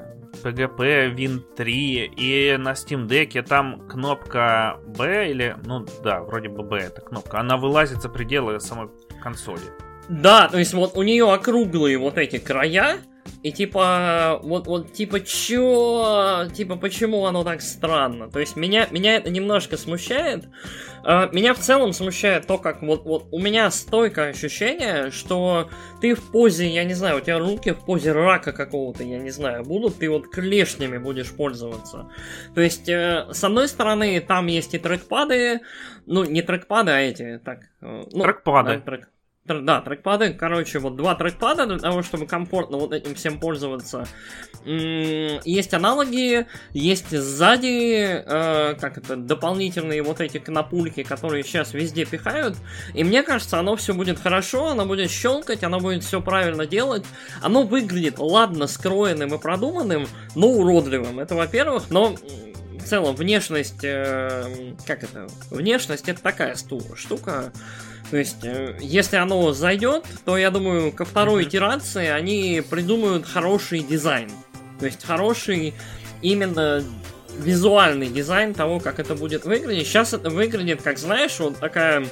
PGP Win 3, и на Steam Deck там кнопка B, или, ну да, вроде бы B эта кнопка, она вылазит за пределы самой консоли. Да, то есть вот у нее округлые вот эти края, И типа, типа, чё? Типа, почему оно так странно? То есть, меня это немножко смущает. Меня в целом смущает то, как вот у меня стойкое ощущение, что ты в позе, я не знаю, у тебя руки в позе рака какого-то, я не знаю, будут, ты вот клешнями будешь пользоваться. То есть, с одной стороны, там есть и трекпады, ну, не трекпады, а эти, так... Ну, трекпады. Да, трекпады, короче, вот 2 трекпада для того, чтобы комфортно вот этим всем пользоваться. Есть аналоги, есть сзади, дополнительные вот эти кнопульки, которые сейчас везде пихают. И мне кажется, оно все будет хорошо, оно будет щелкать, оно будет все правильно делать. Оно выглядит, ладно, скроенным и продуманным, но уродливым. Это во-первых, но... В целом, внешность, внешность это такая штука. То есть, если оно зайдет, то, я думаю, ко второй итерации они придумают хороший дизайн. То есть, хороший именно визуальный дизайн того, как это будет выглядеть. Сейчас это выглядит, как, знаешь, вот такая,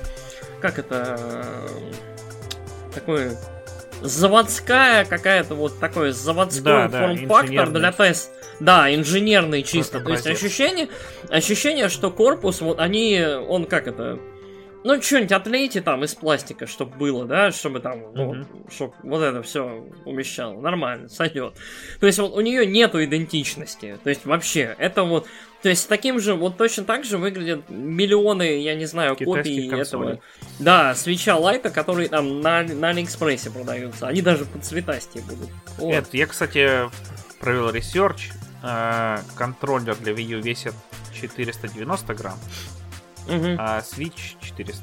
такой заводская какая-то вот такой заводской форм-фактор для теста. Да, инженерный чисто. То есть ощущение, что корпус, вот он ну, что-нибудь отлейте там из пластика, чтобы было, да, чтобы там, чтобы вот это все умещало. Нормально, сойдет. То есть вот у нее нету идентичности. То есть вообще, это вот... То есть таким же, вот точно так же выглядят миллионы, я не знаю, копий этого. Да, свеча лайта, которые там на Алиэкспрессе продаются. Они даже по цветастее будут. Вот. Это, я, кстати, провел ресерч. Контроллер для Wii U весит 490 грамм, а Switch 400.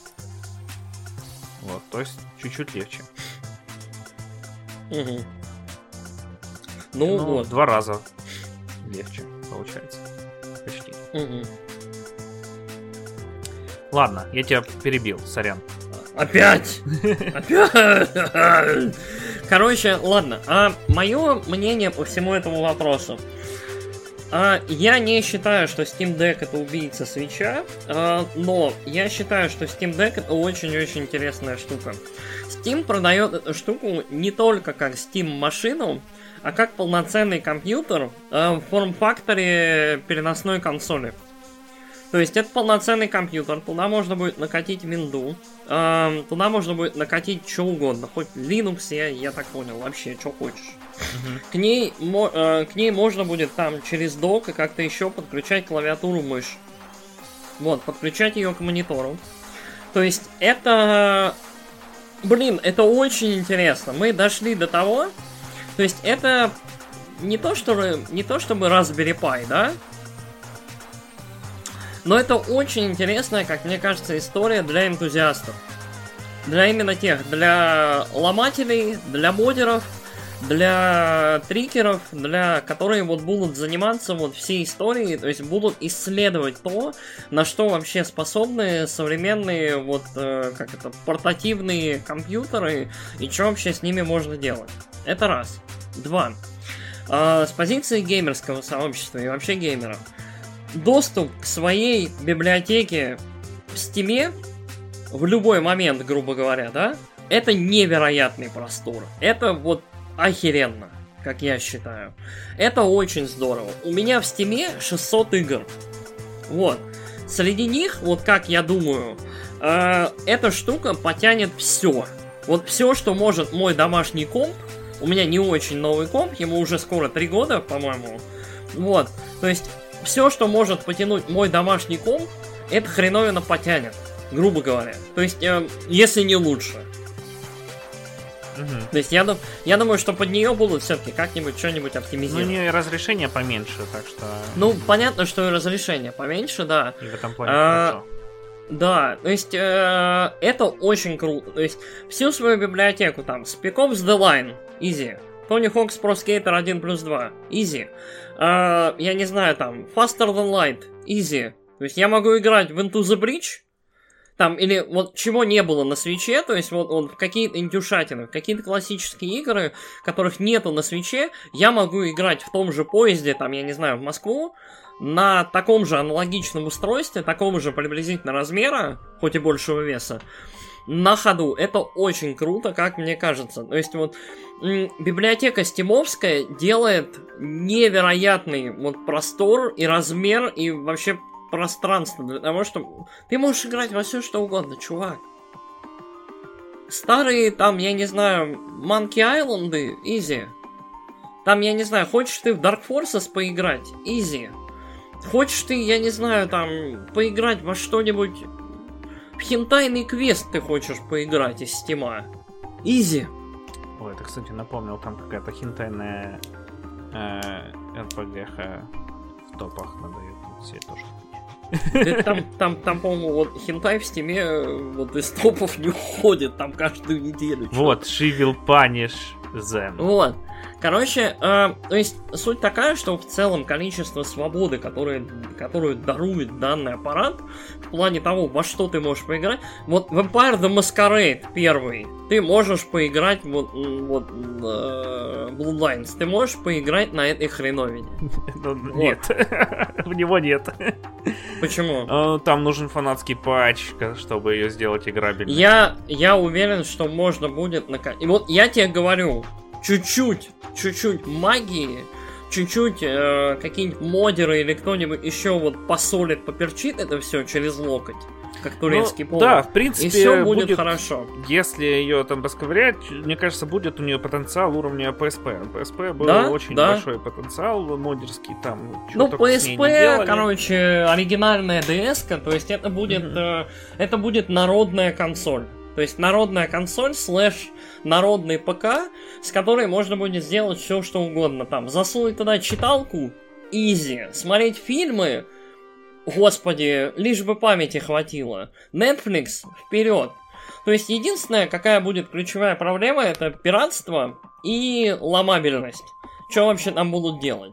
Вот, то есть чуть-чуть легче. Ну вот. 2 раза легче, получается. Почти. Ладно, я тебя перебил, сорян. Опять! Опять! Короче, ладно. Мое мнение по всему этому вопросу. Я не считаю, что Steam Deck это убийца свитча, но я считаю, что Steam Deck это очень-очень интересная штука. Steam продает эту штуку не только как Steam-машину, а как полноценный компьютер в форм-факторе переносной консоли. То есть это полноценный компьютер, туда можно будет накатить винду, туда можно будет накатить что угодно, хоть Linux, я так понял, вообще, что хочешь. К ней можно будет там через док и как-то еще подключать клавиатуру, мышь. Вот, подключать ее к монитору. То есть это... Блин, это очень интересно. Мы дошли до того... То есть это не то чтобы Raspberry Pi, да? Но это очень интересная, как мне кажется, история для энтузиастов. Для именно тех, для ломателей, для модеров, для трикеров, для которые вот будут заниматься вот всей историей, то есть будут исследовать то, на что вообще способны современные вот, портативные компьютеры и что вообще с ними можно делать. Это раз. 2. С позиции геймерского сообщества и вообще геймеров. Доступ к своей библиотеке в Steam в любой момент, грубо говоря, да, это невероятный простор. Это вот охеренно, как я считаю. Это очень здорово. У меня в Steam 600 игр. Вот. Среди них, вот как я думаю, эта штука потянет все. Вот все, что может мой домашний комп. У меня не очень новый комп, ему уже скоро 3 года, по-моему. Вот. То есть все, что может потянуть мой домашний комп, это хреновина потянет, грубо говоря. То есть, если не лучше. То есть, я думаю, что под нее будут все-таки как-нибудь что-нибудь оптимизировать. Ну, у нее разрешение поменьше, так что... Ну, понятно, что и разрешение поменьше, да. И в этом плане хорошо. Да, то есть, это очень круто. То есть, всю свою библиотеку там, Spec Ops The Line, easy. Tony Hawk's Pro Skater 1+2, easy. Я не знаю, там, Faster Than Light, easy. То есть, я могу играть в Into the Breach, там, или вот чего не было на свитче, то есть вот в какие-то индюшатины, в какие-то классические игры, которых нету на свитче, я могу играть в том же поезде, там, я не знаю, в Москву, на таком же аналогичном устройстве, такого же приблизительно размера, хоть и большего веса, на ходу. Это очень круто, как мне кажется. То есть вот библиотека стимовская делает невероятный вот простор и размер, и вообще пространство для того, чтобы... Ты можешь играть во все что угодно, чувак. Старые там, я не знаю, Monkey Island, easy. Там, я не знаю, хочешь ты в Dark Forces поиграть? Easy. Хочешь ты, я не знаю, там, поиграть во что-нибудь... В хентайный квест ты хочешь поиграть из Стима? Easy. Ой, это, кстати, напомнил, там какая-то хентайная РПГ-ха в топах надает. Все тоже. Там, по-моему, вот хентай в Стиме вот из топов не уходит, там каждую неделю. Вот, She Will Punish Them. Вот. Короче, то есть суть такая, что в целом количество свободы, которую дарует данный аппарат, в плане того, во что ты можешь поиграть. Вот в Vampire the Masquerade первый ты можешь поиграть вот Bloodlines, ты можешь поиграть на этой хреновине. Нет, в него нет. Почему? Там нужен фанатский патч, чтобы ее сделать играбельной. Я уверен, что можно будет... И вот я тебе говорю, чуть-чуть магии, чуть-чуть какие-нибудь модеры или кто-нибудь еще вот посолит, поперчит это все через локоть, как турецкий повар. Да, в принципе, и все будет хорошо. Если ее там расковырять, мне кажется, будет у нее потенциал уровня PSP. PSP был очень большой потенциал модерский там. Ну, PSP, короче, оригинальная DS-ка, то есть это будет народная консоль. То есть народная консоль / народный ПК, с которой можно будет сделать все, что угодно. Там засунуть туда читалку, easy. Смотреть фильмы, господи, лишь бы памяти хватило. Netflix, вперед. То есть единственная, какая будет ключевая проблема, это пиратство и ломабельность. Что вообще там будут делать?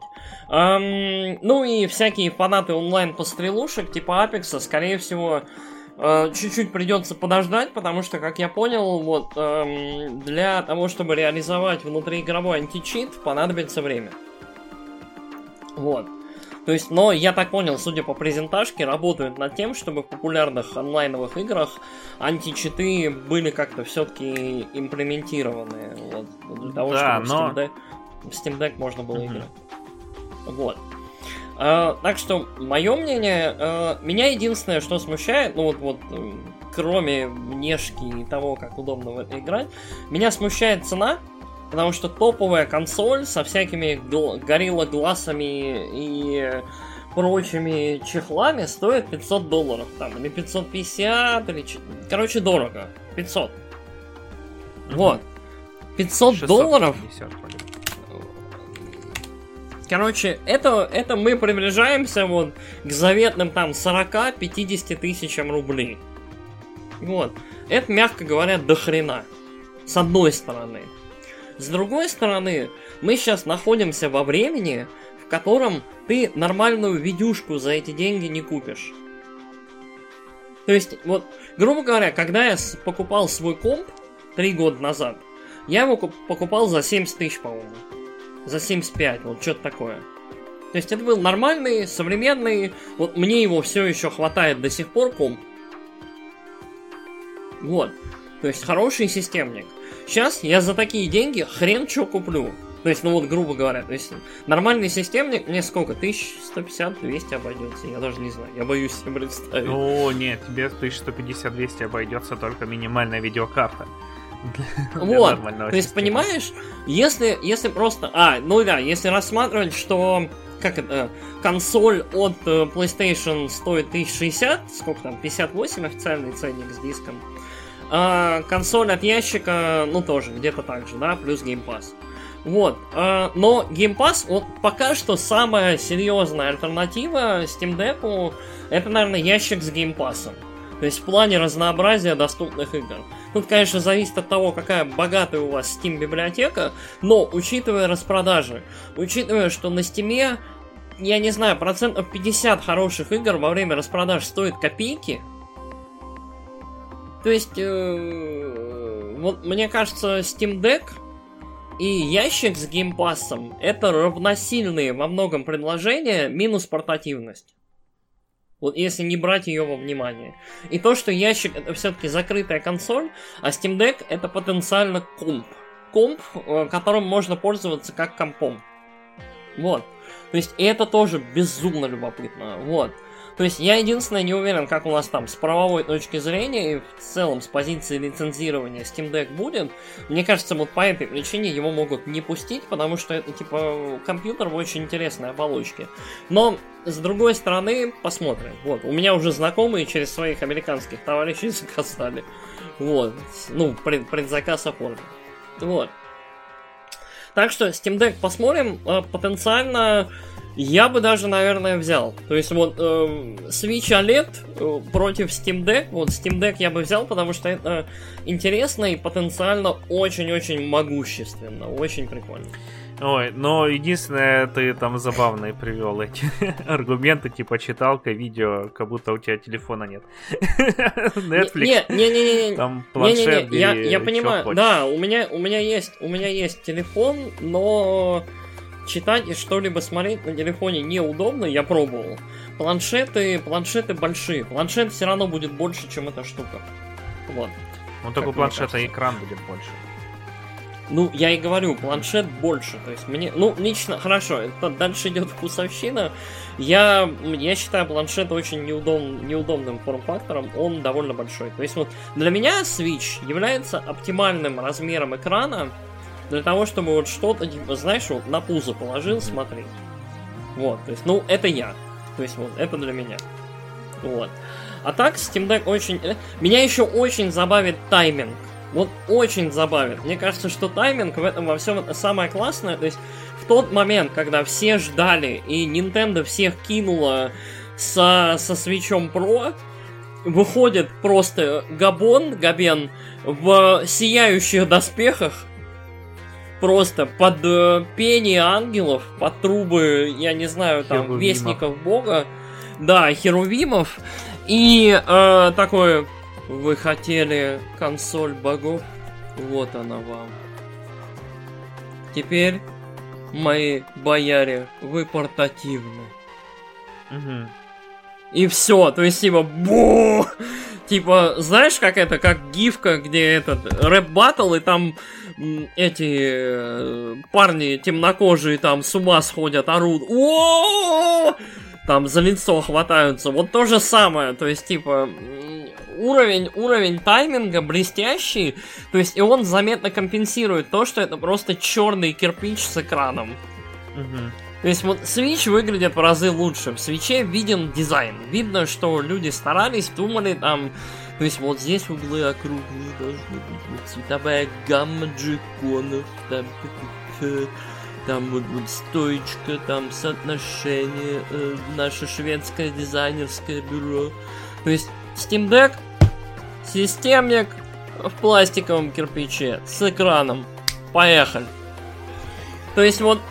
Ну и всякие фанаты онлайн-пострелушек типа Apex, скорее всего... чуть-чуть придется подождать, потому что, как я понял, вот для того, чтобы реализовать внутриигровой античит, понадобится время. Вот. То есть, но я так понял, судя по презентажке, работают над тем, чтобы в популярных онлайновых играх античиты были как-то все-таки имплементированы. Вот, для того, чтобы в Steam Deck можно было играть. Вот. Так что, мое мнение, меня единственное, что смущает, ну вот кроме внешки и того, как удобно в это играть, меня смущает цена, потому что топовая консоль со всякими горилла-глазами и прочими чехлами стоит $500, там, или 550, или... Короче, дорого. 500. Вот. $500? 650, короче, это мы приближаемся вот к заветным там 40-50 тысячам рублей. Вот. Это, мягко говоря, до хрена. С одной стороны. С другой стороны, мы сейчас находимся во времени, в котором ты нормальную видюшку за эти деньги не купишь. То есть, вот, грубо говоря, когда я покупал свой комп 3 года назад, я его покупал за 70 тысяч, по-моему. За 75, вот что-то такое. То есть это был нормальный, современный, вот мне его все еще хватает до сих пор комп. Вот. То есть хороший системник. Сейчас я за такие деньги хрен что куплю. То есть, ну вот, грубо говоря, то есть нормальный системник мне сколько? 1150-200 обойдется, я даже не знаю, я боюсь себе представить. О, нет, тебе 1150-200 обойдется только минимальная видеокарта. Вот, то есть, понимаешь, если просто... ну да, если рассматривать, что... Как это? Консоль от PlayStation стоит 1060, сколько там, 58 официальный ценник с диском. Консоль от ящика, ну тоже, где-то так же, да, плюс Game Pass. Вот, но Game Pass, вот пока что самая серьезная альтернатива Steam Deck'у, это, наверное, ящик с Game Pass'ом. То есть в плане разнообразия доступных игр. Тут, конечно, зависит от того, какая богатая у вас Steam библиотека, но учитывая распродажи, учитывая, что на Steam, я не знаю, 50% хороших игр во время распродаж стоят копейки. То есть, вот мне кажется, Steam Deck и ящик с Game Pass'ом это равносильные во многом предложения минус портативность. Вот если не брать ее во внимание. И то, что ящик это все-таки закрытая консоль, а Steam Deck это потенциально комп. Комп, которым можно пользоваться как компом. Вот. То есть, и это тоже безумно любопытно. Вот. То есть, я единственное не уверен, как у нас там с правовой точки зрения и в целом с позиции лицензирования Steam Deck будет. Мне кажется, вот по этой причине его могут не пустить, потому что это, типа, компьютер в очень интересной оболочке. Но, с другой стороны, посмотрим. Вот, у меня уже знакомые через своих американских товарищей заказали. Вот. Ну, предзаказ оформлен. Вот. Так что Steam Deck посмотрим. Потенциально я бы даже, наверное, взял. То есть вот Switch OLED против Steam Deck. Вот Steam Deck я бы взял, потому что это интересно и потенциально очень-очень могущественно. Очень прикольно. Ой, но единственное, ты там забавные привел эти аргументы, типа читалка, видео, как будто у тебя телефона нет. Netflix, не, там планшет и я понимаю, да, у меня есть телефон, но читать и что-либо смотреть на телефоне неудобно, я пробовал. Планшеты большие, планшет все равно будет больше, чем эта штука. Вот. Ну только у планшета экран будет больше. Ну, я и говорю, планшет больше. То есть мне, ну, лично, хорошо, это дальше идет вкусовщина. Я считаю планшет очень неудобным форм-фактором, он довольно большой. То есть вот для меня Switch является оптимальным размером экрана для того, чтобы вот что-то, типа, знаешь, вот на пузо положил, смотри. Вот, то есть, ну, это я. То есть вот, это для меня. Вот. А так, Steam Deck очень... Меня еще очень забавит тайминг. Вот очень забавит. Мне кажется, что тайминг в этом во всем это самое классное. То есть в тот момент, когда все ждали и Nintendo всех кинула со Switch'ом Pro, выходит просто Габен в сияющих доспехах, просто под пение ангелов, под трубы, я не знаю, там, Херувимов. Вестников Бога, да, Херувимов, и такое... Вы хотели консоль богов? Вот она вам. Теперь, мои бояре, вы портативны. Угу. И все, то есть типа бу! Типа, знаешь, как это, как гифка, где этот рэп-баттл, и там эти парни темнокожие там с ума сходят, орут. О-о-о! Там за лицо хватаются. Вот то же самое. То есть, типа, уровень тайминга блестящий. То есть, и он заметно компенсирует то, что это просто черный кирпич с экраном. Угу. То есть, вот Switch выглядит в разы лучше. В Switch'е виден дизайн. Видно, что люди старались, думали там... То есть, вот здесь углы округлые должны быть. Вот цветовая гамма джеконов. Там вот стоечка, там соотношение, наше шведское дизайнерское бюро. То есть Steam Deck, системник в пластиковом кирпиче с экраном. Поехали. То есть вот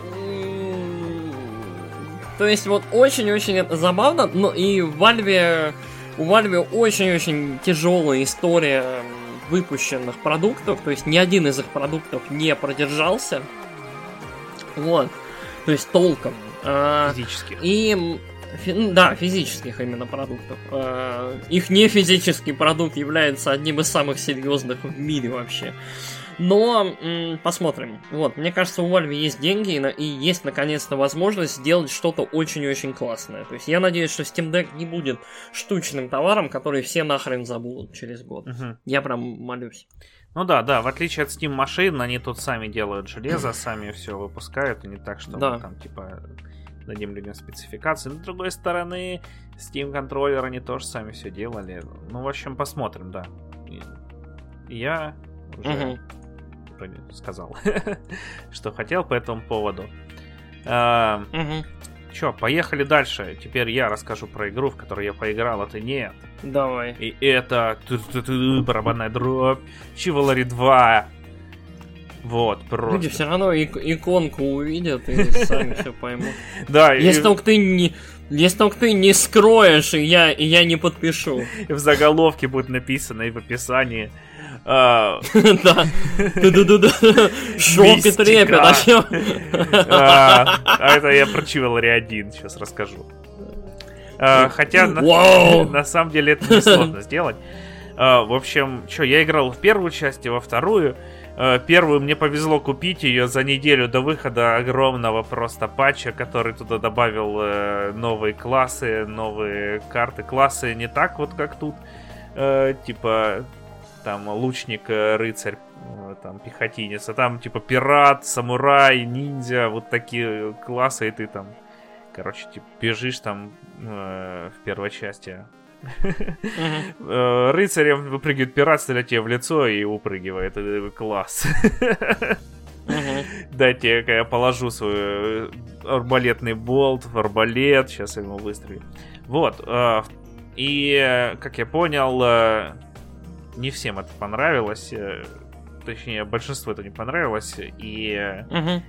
очень-очень это забавно. Но и у Valve очень-очень тяжелая история выпущенных продуктов. То есть ни один из их продуктов не продержался. Вот. То есть толком. Физических. И... Да, физических именно продуктов. Их не физический продукт является одним из самых серьезных в мире вообще. Но посмотрим. Вот, мне кажется, у Valve есть деньги и есть наконец-то возможность сделать что-то очень-очень классное. То есть я надеюсь, что Steam Deck не будет штучным товаром, который все нахрен забудут через год. Угу. Я прям молюсь. Ну да, в отличие от Steam машин, они тут сами делают железо, сами все выпускают, и не так, что мы там типа дадим людям спецификации. Но с другой стороны, Steam контроллер они тоже сами все делали. Ну, в общем, посмотрим, да. Я уже сказал, что хотел по этому поводу. Че, поехали дальше. Теперь я расскажу про игру, в которую я поиграл, а ты нет. Давай. И это барабанная дробь Chivalry 2. Вот, просто. Люди все равно иконку увидят и сами все поймут. Да. Если только ты не скроешь, и я не подпишу. И в заголовке будет написано, и в описании. Да. Шок и трепет. А это я про Chivalry 1 сейчас расскажу. Хотя на самом деле это несложно сделать. В общем, я играл в первую часть и во вторую. Первую мне повезло купить ее за неделю до выхода огромного просто патча, который туда добавил новые классы, новые карты. Классы не так вот, как тут. Типа, там, лучник, рыцарь, там, пехотинец. А там, типа, пират, самурай, ниндзя. Вот такие классы, и ты там, короче, типа, бежишь там в первой части. Рыцарем выпрыгивает пират, стреляет тебе в лицо и упрыгивает. Класс. Дайте я положу свой арбалетный болт в арбалет. Сейчас я ему выстрелю. Вот. И, как я понял, не всем это понравилось. Точнее, большинству это не понравилось. И,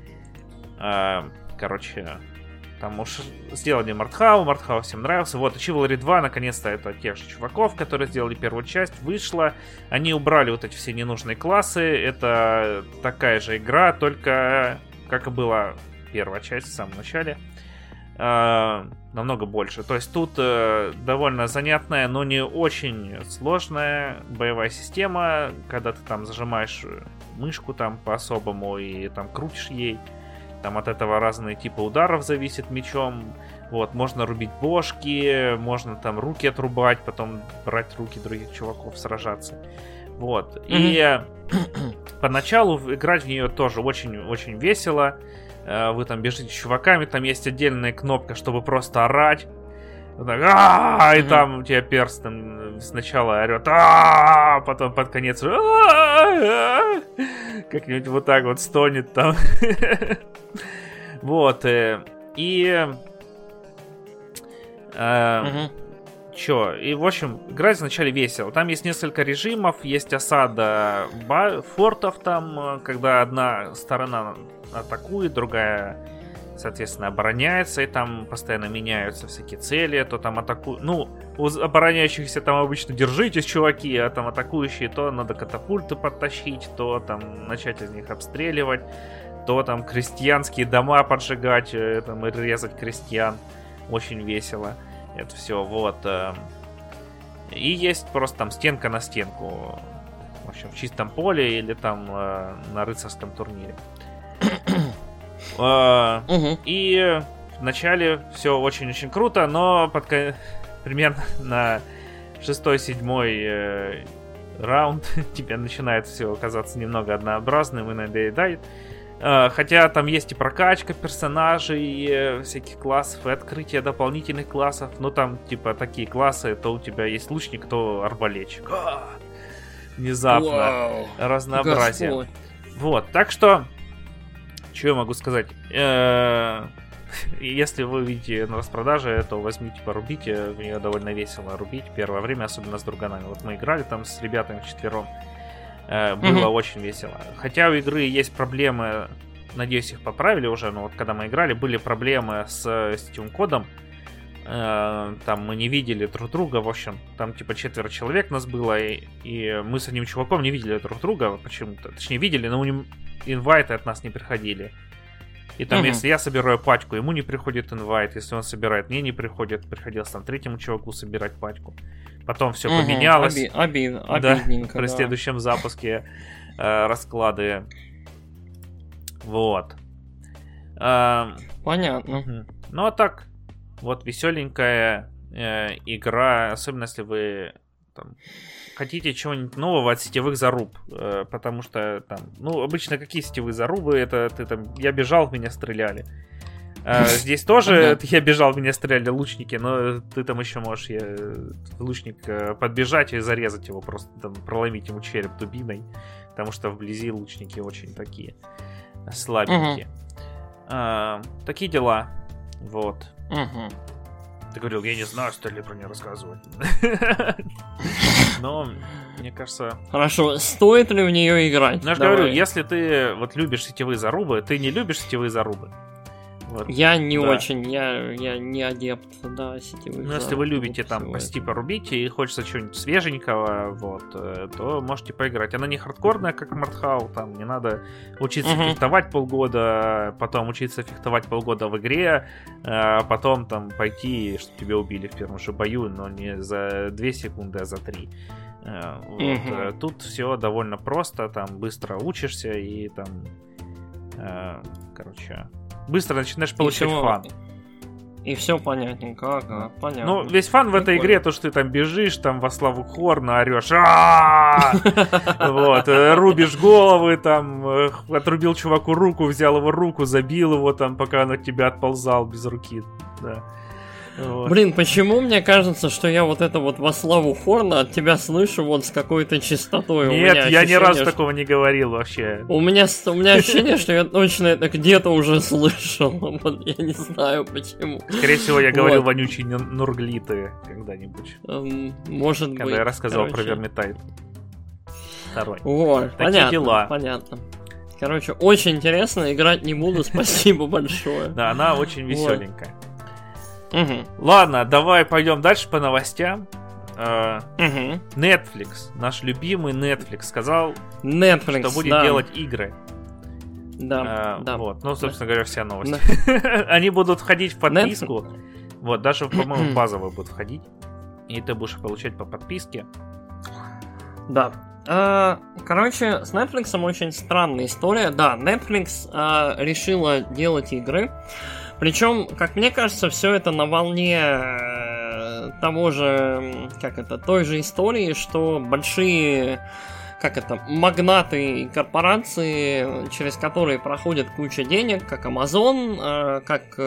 короче... Там уж сделали Мартхау всем нравился. Вот, и Chivalry 2, наконец-то, это тех же чуваков, которые сделали первую часть, вышла. Они убрали вот эти все ненужные классы. Это такая же игра, только как и была первая часть в самом начале. Намного больше. То есть тут довольно занятная, но не очень сложная боевая система, когда ты там зажимаешь мышку там по-особому и там крутишь ей. Там от этого разные типы ударов зависит мечом. Вот, можно рубить бошки, можно там руки отрубать, потом брать руки других чуваков, сражаться. Вот. И поначалу играть в нее тоже очень-очень весело. Вы там бежите с чуваками, там есть отдельная кнопка, чтобы просто орать. И там у тебя перст там сначала орет, потом под конец как-нибудь вот так вот стонет там. Вот. И... И, в общем, играть вначале весело. Там есть несколько режимов, есть осада фортов там, когда одна сторона атакует, другая, соответственно, обороняется, и там постоянно меняются всякие цели, то там атакуют... Ну, у обороняющихся там обычно держитесь, чуваки, а там атакующие то надо катапульты подтащить, то там начать из них обстреливать, то там крестьянские дома поджигать, там, и резать крестьян. Очень весело. Это все, вот. И есть просто там стенка на стенку. В общем, в чистом поле или там на рыцарском турнире. И вначале все очень-очень круто, но примерно на 6-7 раунд тебе начинает все казаться немного однообразным и надоедает. Хотя там есть и прокачка персонажей, и всяких классов, и открытие дополнительных классов. Ну там типа такие классы, то у тебя есть лучник, то арбалетчик. Внезапно. Разнообразие. Господь. Вот, так что я могу сказать? Если вы видите на распродаже, то возьмите, порубите. В нее довольно весело рубить первое время, особенно с друганами. Вот мы играли там с ребятами вчетвером. Было очень весело. Хотя у игры есть проблемы, надеюсь, их поправили уже, но вот когда мы играли, были проблемы с сетевым кодом. Там мы не видели друг друга, в общем, там типа 4 человек нас было, и мы с одним чуваком не видели друг друга почему-то. Точнее, видели, но инвайты от нас не приходили. И там, если я собираю пачку, ему не приходит инвайт, если он собирает, мне не приходит. Приходилось там третьему чуваку собирать пачку. Потом все поменялось. Обидненько, при следующем запуске расклады. Вот. Понятно. Ну а так, вот веселенькая игра, особенно если вы там хотите чего-нибудь нового от сетевых заруб, потому что там, ну, обычно какие сетевые зарубы, это ты там, я бежал, в меня стреляли. Здесь тоже я бежал, в меня стреляли лучники, но ты там еще можешь лучник подбежать и зарезать его, просто там проломить ему череп дубиной, потому что вблизи лучники очень такие слабенькие. Такие дела. Вот. Ты говорил, я не знаю, стоит ли про нее рассказывать. Но, мне кажется... Хорошо, стоит ли в нее играть? Ну, я же говорю, если ты вот любишь сетевые зарубы, ты не любишь сетевые зарубы, Вот. Я не Да. очень, я не адепт, да, сетевых. Ну, если вы любите там пасти порубить и хочется чего-нибудь свеженького, вот, то можете поиграть. Она не хардкорная, как Мартхау, там не надо учиться фехтовать полгода, потом учиться фехтовать полгода в игре, а потом там пойти, чтобы тебя убили в первом же бою, но не за 2 секунды, а за 3. Вот. Тут все довольно просто, там быстро учишься и там, короче, быстро начинаешь получать фан. И все понятненько, ага, понятно. Ну, весь фан в этой игре, то, что ты там бежишь, там во славу Хорна орешь, вот, рубишь головы, там, отрубил чуваку руку, взял его руку, забил его там, пока он от тебя отползал без руки, да. Вот. Блин, почему мне кажется, что я вот это вот во славу Хорна от тебя слышу вот с какой-то частотой? Нет, я ни разу такого не говорил вообще. У меня ощущение, что я точно это где-то уже слышал. Вот я не знаю почему. Скорее всего, я говорил вонючие нурглиты когда-нибудь. Может быть. Когда я рассказал про Вермитайд. Второй. Вот, такие понятно, дела. Понятно. Короче, очень интересно, играть не буду, спасибо большое. Да, она очень веселенькая. Ладно, давай пойдем дальше по новостям. Netflix, наш любимый Netflix, сказал, что будет делать игры. Да, да. Вот, ну, собственно говоря, вся новость. Они будут входить в подписку. Вот, даже, по-моему, базовые будут входить. И ты будешь получать по подписке. Да. Короче, с Netflix очень странная история. Да, Netflix решила делать игры. Причем, как мне кажется, все это на волне того же, той же истории, что большие, магнаты и корпорации, через которые проходит куча денег, как Amazon, как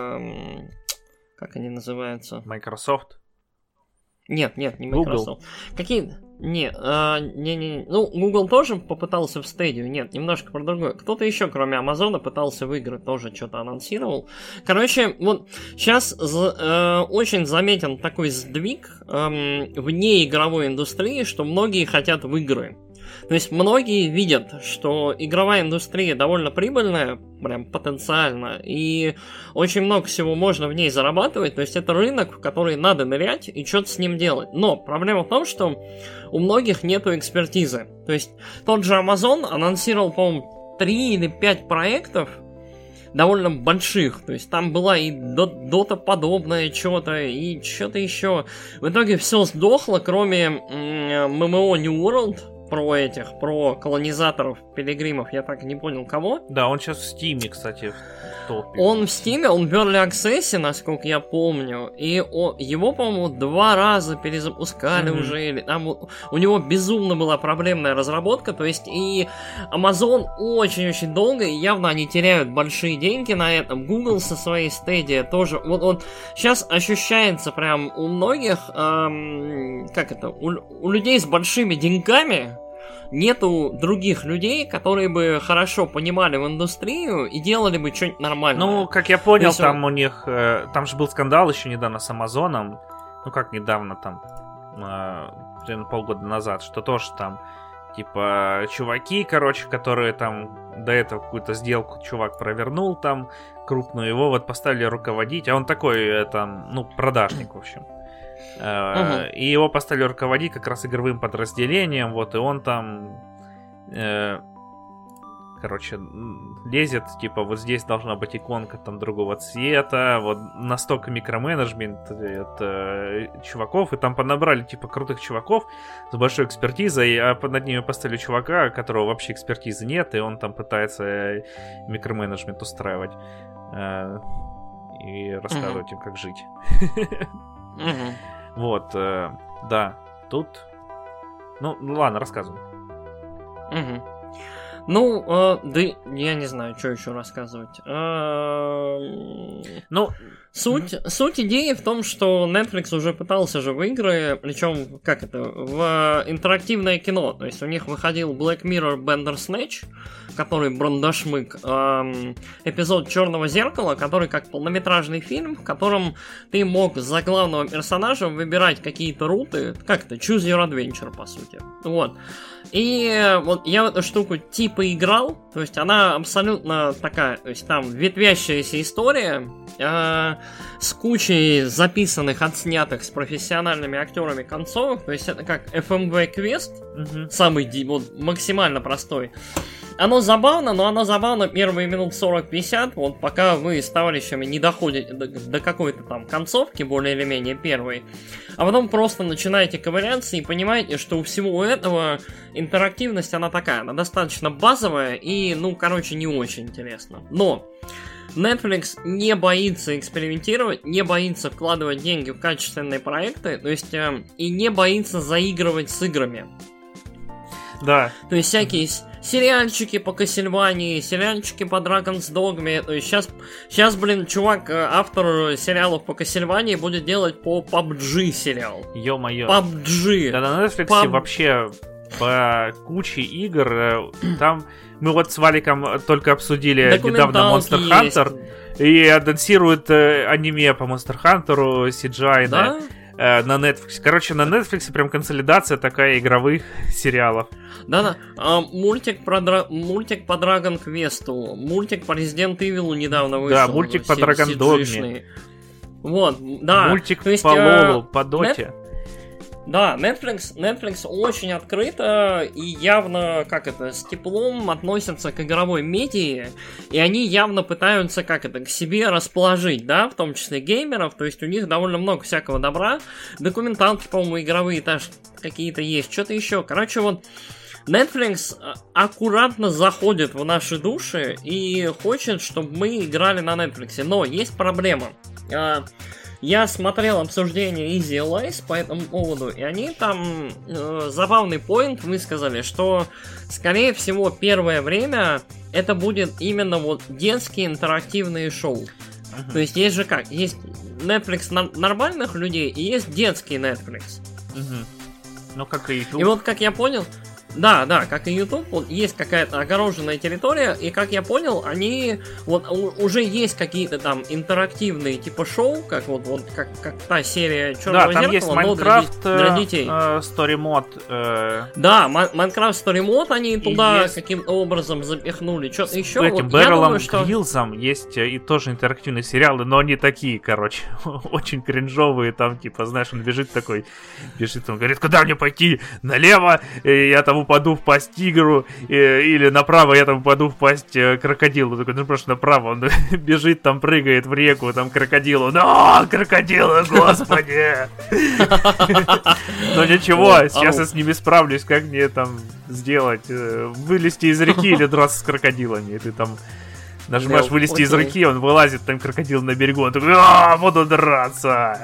они называются? Microsoft? Нет, не Microsoft. Google. Какие? Не. Ну, Google тоже попытался в Stadia. Нет, немножко про другое. Кто-то еще, кроме Амазона, пытался в игры, тоже что-то анонсировал. Короче, вот сейчас очень заметен такой сдвиг в неигровой индустрии, что многие хотят в игры. То есть многие видят, что игровая индустрия довольно прибыльная, прям потенциально, и очень много всего можно в ней зарабатывать. То есть это рынок, в который надо нырять и что-то с ним делать. Но проблема в том, что у многих нету экспертизы. То есть тот же Amazon анонсировал, по-моему, 3 или 5 проектов довольно больших. То есть там была и Dota подобное что-то, и что-то еще. В итоге все сдохло, кроме MMO New World, про колонизаторов, пилигримов, я так и не понял кого. Да, он сейчас в Стиме, кстати, в топе. Он в Стиме, он в Early Access, насколько я помню, и его, по-моему, 2 раза перезапускали уже, или там у него безумно была проблемная разработка, то есть и Amazon очень-очень долго, и явно они теряют большие деньги на этом. Google со своей Stadia тоже, вот сейчас ощущается прям у многих, у людей с большими деньгами нету других людей, которые бы хорошо понимали в индустрию и делали бы что-нибудь нормальное. Ну, как я понял, там у них... Там же был скандал еще недавно с Амазоном. Ну, как недавно, там... примерно полгода назад, что тоже там... Типа, чуваки, короче, которые там до этого какую-то сделку чувак провернул там крупную, его вот поставили руководить, а он такой, там, ну, продажник, в общем. И его поставили руководить как раз игровым подразделением, вот, и он там, короче, лезет, типа, вот здесь должна быть иконка там другого цвета, вот настолько микроменеджмент от чуваков, и там понабрали, типа, крутых чуваков с большой экспертизой, а над ними поставили чувака, у которого вообще экспертизы нет, и он там пытается микроменеджмент устраивать и рассказывать им, как жить. Вот, да, тут... Ну, ладно, рассказывай. Ну, да я не знаю, что еще рассказывать. Ну, Суть идеи в том, что Netflix уже пытался же в игры, причем, в интерактивное кино. То есть у них выходил Black Mirror Bandersnatch, который брандашмык, эпизод Черного зеркала, который как полнометражный фильм, в котором ты мог за главного персонажа выбирать какие-то руты, Choose Your Adventure, по сути. Вот. И вот я в эту штуку типа играл, то есть она абсолютно такая, то есть там ветвящаяся история с кучей записанных, отснятых с профессиональными актерами концовок, то есть это как FMV квест, самый вот, максимально простой. Оно забавно, но оно забавно первые минут 40-50, вот пока вы с товарищами не доходите до какой-то там концовки, более или менее первой, а потом просто начинаете ковыряться и понимаете, что у всего этого интерактивность, она такая, она достаточно базовая и, не очень интересно. Но Netflix не боится экспериментировать, не боится вкладывать деньги в качественные проекты, то есть и не боится заигрывать с играми. Да. То есть всякие сериальчики по Castlevania, сериальчики по Dragon's Dogma. То есть сейчас, чувак, автор сериалов по Castlevania будет делать по PUBG сериал. Ё-моё. PUBG. Да, на Netflix вообще по куче игр. Там мы вот с Валиком только обсудили недавно Monster Hunter. И анонсируют аниме по Monster Hunter, CGI, да? На Netflix. Короче, на Netflix прям консолидация такая игровых сериалов. Да-да. Мультик по Dragon Quest, мультик по Resident Evil недавно вышел. Да, мультик по Dragon Dogma. Вот, да. Мультик по Лолу, по Доте. Да, Netflix очень открыто и явно, с теплом относятся к игровой медии, и они явно пытаются, к себе расположить, да, в том числе геймеров, то есть у них довольно много всякого добра, документалки, по-моему, игровые тоже какие-то есть, что-то еще, вот Netflix аккуратно заходит в наши души и хочет, чтобы мы играли на Netflix, но есть проблема. Я смотрел обсуждение Easy Allies по этому поводу, и они там забавный поинт высказали, что, скорее всего, первое время это будет именно вот детские интерактивные шоу. То есть есть же есть Netflix нормальных людей и есть детский Netflix. Ну, как и YouTube. И вот, как я понял... Да, как и YouTube, вот есть какая-то огороженная территория, и как я понял, они вот уже есть какие-то там интерактивные типа шоу, как как та серия Черного зеркала, есть Minecraft, для детей. Story Mode. Да, Minecraft Story Mode они туда каким-то образом запихнули. Что-то еще. Этим Бэррелом Грилзом есть и тоже интерактивные сериалы, но они такие, очень кринжовые, там, типа, знаешь, он бежит, он говорит, куда мне пойти? Налево, я там упаду в пасть тигру, или направо я там упаду в пасть крокодилу. Такой, просто направо, он бежит, там прыгает в реку, там крокодилу. Крокодилы, господи! Но ничего, сейчас я с ними справлюсь, как мне там сделать? Вылезти из реки или драться с крокодилами? Ты там нажимаешь вылезти из реки, он вылазит, там крокодил на берегу, он такой, буду драться!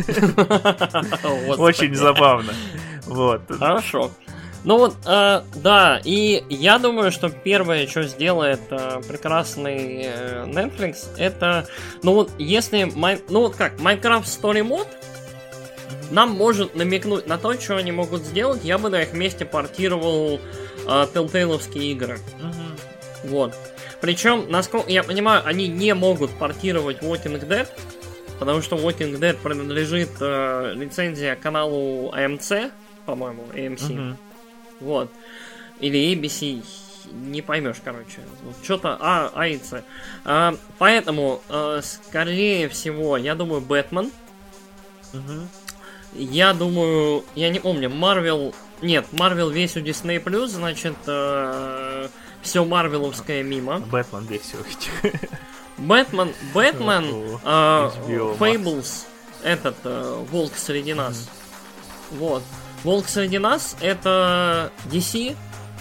Очень забавно. Вот. Хорошо. Да, и я думаю, что первое, что сделает прекрасный Netflix, это, если, Minecraft Story Mode нам может намекнуть на то, что они могут сделать, я бы на их месте портировал Telltale-овские игры. Вот. Причем, насколько я понимаю, они не могут портировать Walking Dead, потому что Walking Dead принадлежит лицензия каналу AMC, по-моему, AMC. Вот. Или ABC, не поймешь, что-то AIC. Поэтому, скорее всего, я думаю, Бэтмен. Я думаю, я не помню, Marvel весь у Disney+, значит, все марвеловское мимо. Бэтмен весь у этих. Бэтмен, Fables, Волк среди нас. Вот. Волк среди нас это DC,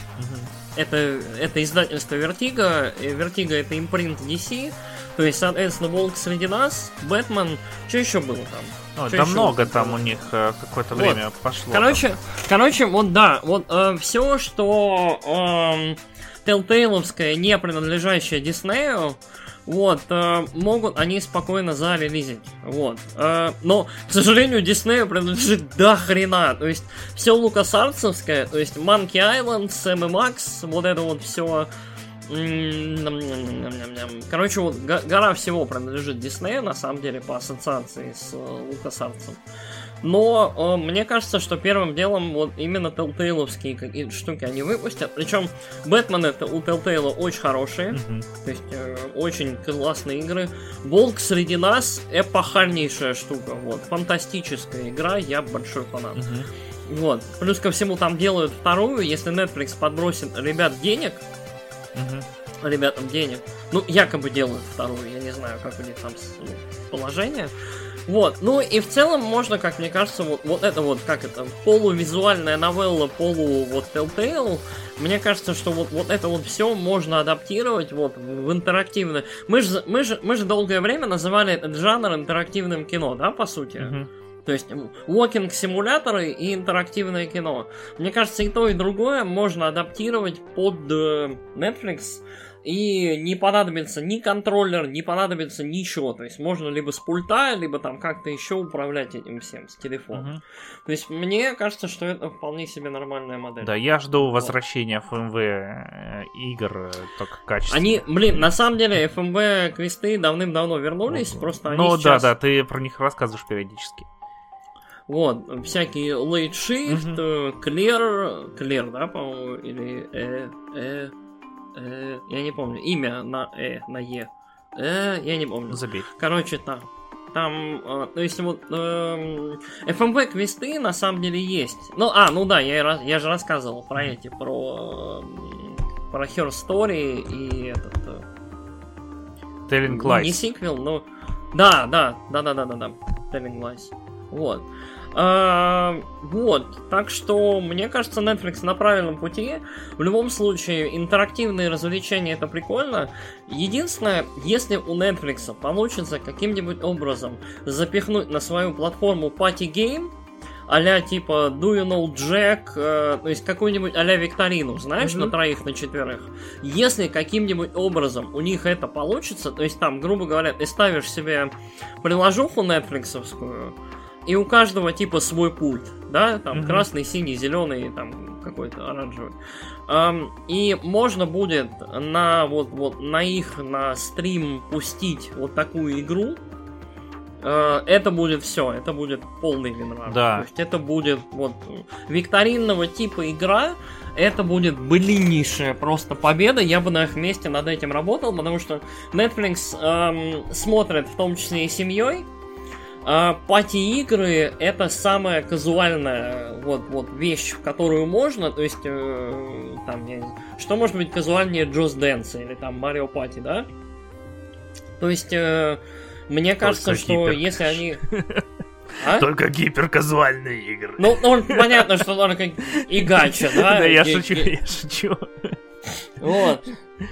это издательство Vertigo, Vertigo это импринт DC, то есть, соответственно, Волк среди нас, Бэтмен, что еще было там? Да много там у них какое-то время пошло. Короче, все, что Telltale-овское, не принадлежащее Диснею, Вот, могут они спокойно зарелизить. Вот. Но, к сожалению, Диснею принадлежит до хрена. То есть, все лукасарцевское, то есть Monkey Island, Sam и Max, вот это вот все. Короче, вот гора всего принадлежит Диснею, на самом деле, по ассоциации с лукасарцем. Но мне кажется, что первым делом вот именно Telltale-овские какие-то штуки они выпустят. Причем Бэтмен это у Telltale очень хорошие, то есть очень классные игры. Волк среди нас эпохальнейшая штука, вот, фантастическая игра, я большой фанат. Вот. Плюс ко всему там делают вторую, если Netflix подбросит ребятам денег, ну, якобы делают вторую, я не знаю, как у них там положение. Вот, ну и в целом можно, как мне кажется, вот это вот, как это, полувизуальная новелла, вот Telltale, мне кажется, что вот это вот все можно адаптировать вот в интерактивное. Мы же долгое время называли этот жанр интерактивным кино, да, по сути? То есть walking-симуляторы и интерактивное кино. Мне кажется, и то, и другое можно адаптировать под Netflix, и не понадобится ни контроллер, не понадобится ничего. То есть можно либо с пульта, либо там как-то еще управлять этим всем с телефона. То есть мне кажется, что это вполне себе нормальная модель. Да, я жду возвращения FMV игр, только качественно. Они, на самом деле, FMV квесты давным-давно вернулись, просто они сейчас... да, ты про них рассказываешь периодически. Вот, всякие Late Shift, Clear, да, по-моему, или я не помню, имя на Е. Я не помню. Забей. Короче, там, то есть вот FMV квесты на самом деле есть. Ну да, я же рассказывал про эти, про Her Story и этот... Telling Lies. Не сиквел, но... Да. Telling Lies. Вот. Вот, так что, мне кажется, Netflix на правильном пути. В любом случае, интерактивные развлечения это прикольно. Единственное, если у Netflix получится каким-нибудь образом запихнуть на свою платформу Party Game, а-ля типа Do You Know Jack, то есть какую-нибудь а-ля викторину, знаешь, на троих, на четверых. Если каким-нибудь образом у них это получится, то есть там, грубо говоря, ты ставишь себе приложуху Netflix-овскую, и у каждого типа свой пульт, да, там красный, синий, зеленый, там какой-то оранжевый. И можно будет на на стрим пустить вот такую игру. Это будет все, это будет полный винран. Да. То есть это будет вот викторинного типа игра. Это будет блиннейшая просто победа. Я бы на их месте над этим работал, потому что Netflix смотрит в том числе и семьей. Пати-игры это самая казуальная вот вещь, в которую можно, то есть там, что может быть казуальнее Just Dance или там Mario Party, да? То есть мне кажется, что если они... Только гиперказуальные игры. Ну, понятно, что только и гача, да? Да, я шучу. Вот.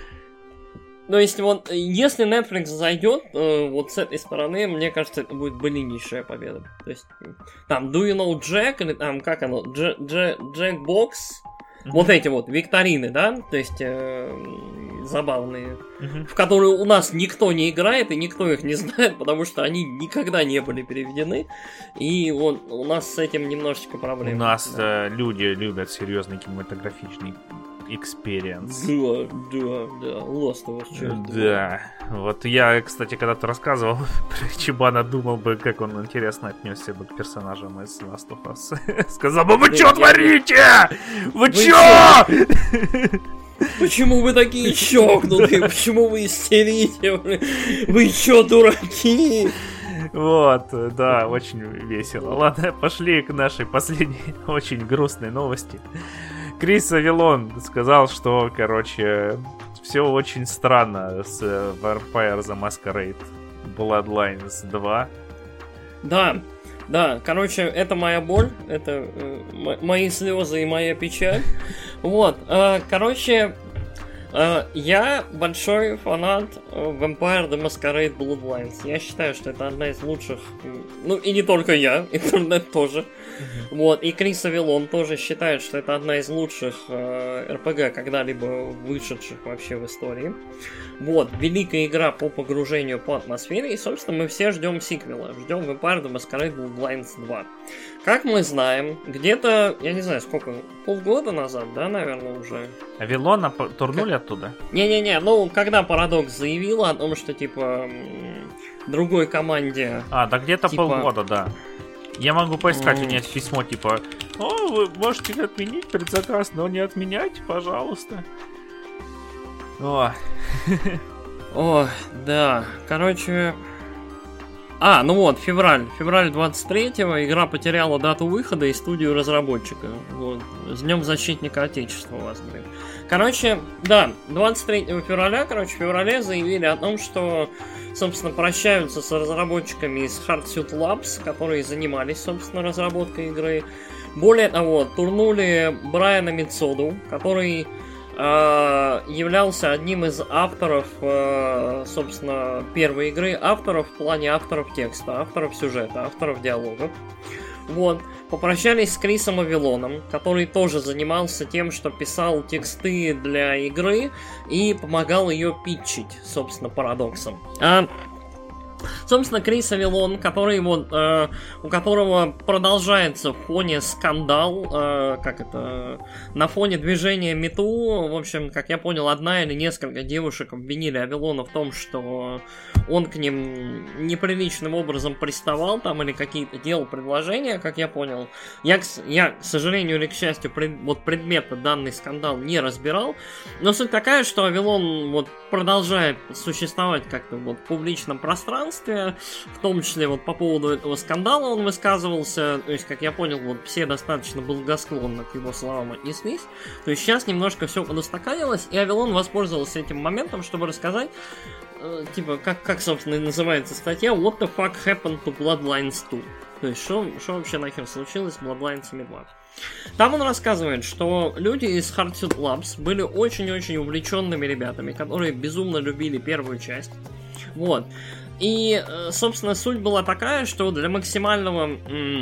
То есть, вот, если Netflix зайдет вот с этой стороны, мне кажется, это будет блиннейшая победа. То есть, там, Do You Know Jack, или там, как оно, Jackbox, вот эти вот викторины, да, то есть, забавные, в которые у нас никто не играет, и никто их не знает, потому что они никогда не были переведены, и вот у нас с этим немножечко проблем. У нас люди любят серьезный кинематографичный experience. Да, Lost of Us. Да, вот я, кстати, когда-то рассказывал про Чебана, думал бы, как он интересно отнесся бы к персонажам из Last of Us. Сказал бы, вы что творите? Вы чё? Почему вы такие чокнутые? Почему вы истерите? Вы чё, дураки? Вот, да, очень весело. Ладно, пошли к нашей последней очень грустной новости. Крис Авилон сказал, что, короче, все очень странно с Vampire the Masquerade Bloodlines 2. Да, короче, это моя боль, это мои слезы и моя печаль. Вот, короче, Я большой фанат Vampire the Masquerade Bloodlines. Я считаю, что это одна из лучших... Ну, и не только я, интернет тоже. Вот, и Крис Авилон тоже считает, что это одна из лучших РПГ, когда-либо вышедших вообще в истории. Вот, великая игра по погружению по атмосфере. И, собственно, мы все ждем сиквела. Ждем Vampire the Masquerade Bloodlines 2. Как мы знаем, где-то, я не знаю, сколько, полгода назад, да, наверное, уже. Авилона турнули оттуда? Не-не-не, ну, когда Paradox заявила о том, что, типа, другой команде... Да где-то типа... полгода, да. Я могу поискать, у меня есть письмо, типа, вы можете отменить предзаказ, но не отменяйте, пожалуйста. О, да, короче... ну вот, февраль 23-го, игра потеряла дату выхода и студию разработчика. Вот. С Днем Защитника Отечества вас, блин. Короче, да, 23 февраля, в феврале заявили о том, что, собственно, прощаются с разработчиками из Hardsuit Labs, которые занимались, собственно, разработкой игры. Более того, турнули Брайана Мицоду, который... являлся одним из авторов, собственно, первой игры, авторов в плане авторов текста, авторов сюжета, авторов диалогов. Вот. Попрощались с Крисом Авилоном, который тоже занимался тем, что писал тексты для игры и помогал ее питчить, собственно, парадоксом. Собственно, Крис Авилон, который вот, у которого продолжается в фоне скандал, на фоне движения МeToo, в общем, как я понял, одна или несколько девушек обвинили Авилона в том, что он к ним неприличным образом приставал там или какие-то делал предложения, как я понял. Я, к сожалению или к счастью, предметно данный скандал не разбирал, но суть такая, что Авилон вот продолжает существовать как-то вот в публичном пространстве, в том числе вот по поводу этого скандала он высказывался, то есть, как я понял, вот все достаточно благосклонно к его словам отнеслись, то есть сейчас немножко все подустаканилось, и Авилон воспользовался этим моментом, чтобы рассказать, типа, как собственно, и называется статья What the fuck happened to Bloodlines 2? То есть, что вообще нахер случилось с Bloodlines 2? Там он рассказывает, что люди из Hardsuit Labs были очень-очень увлеченными ребятами, которые безумно любили первую часть. Вот. И, собственно, суть была такая, что для максимальной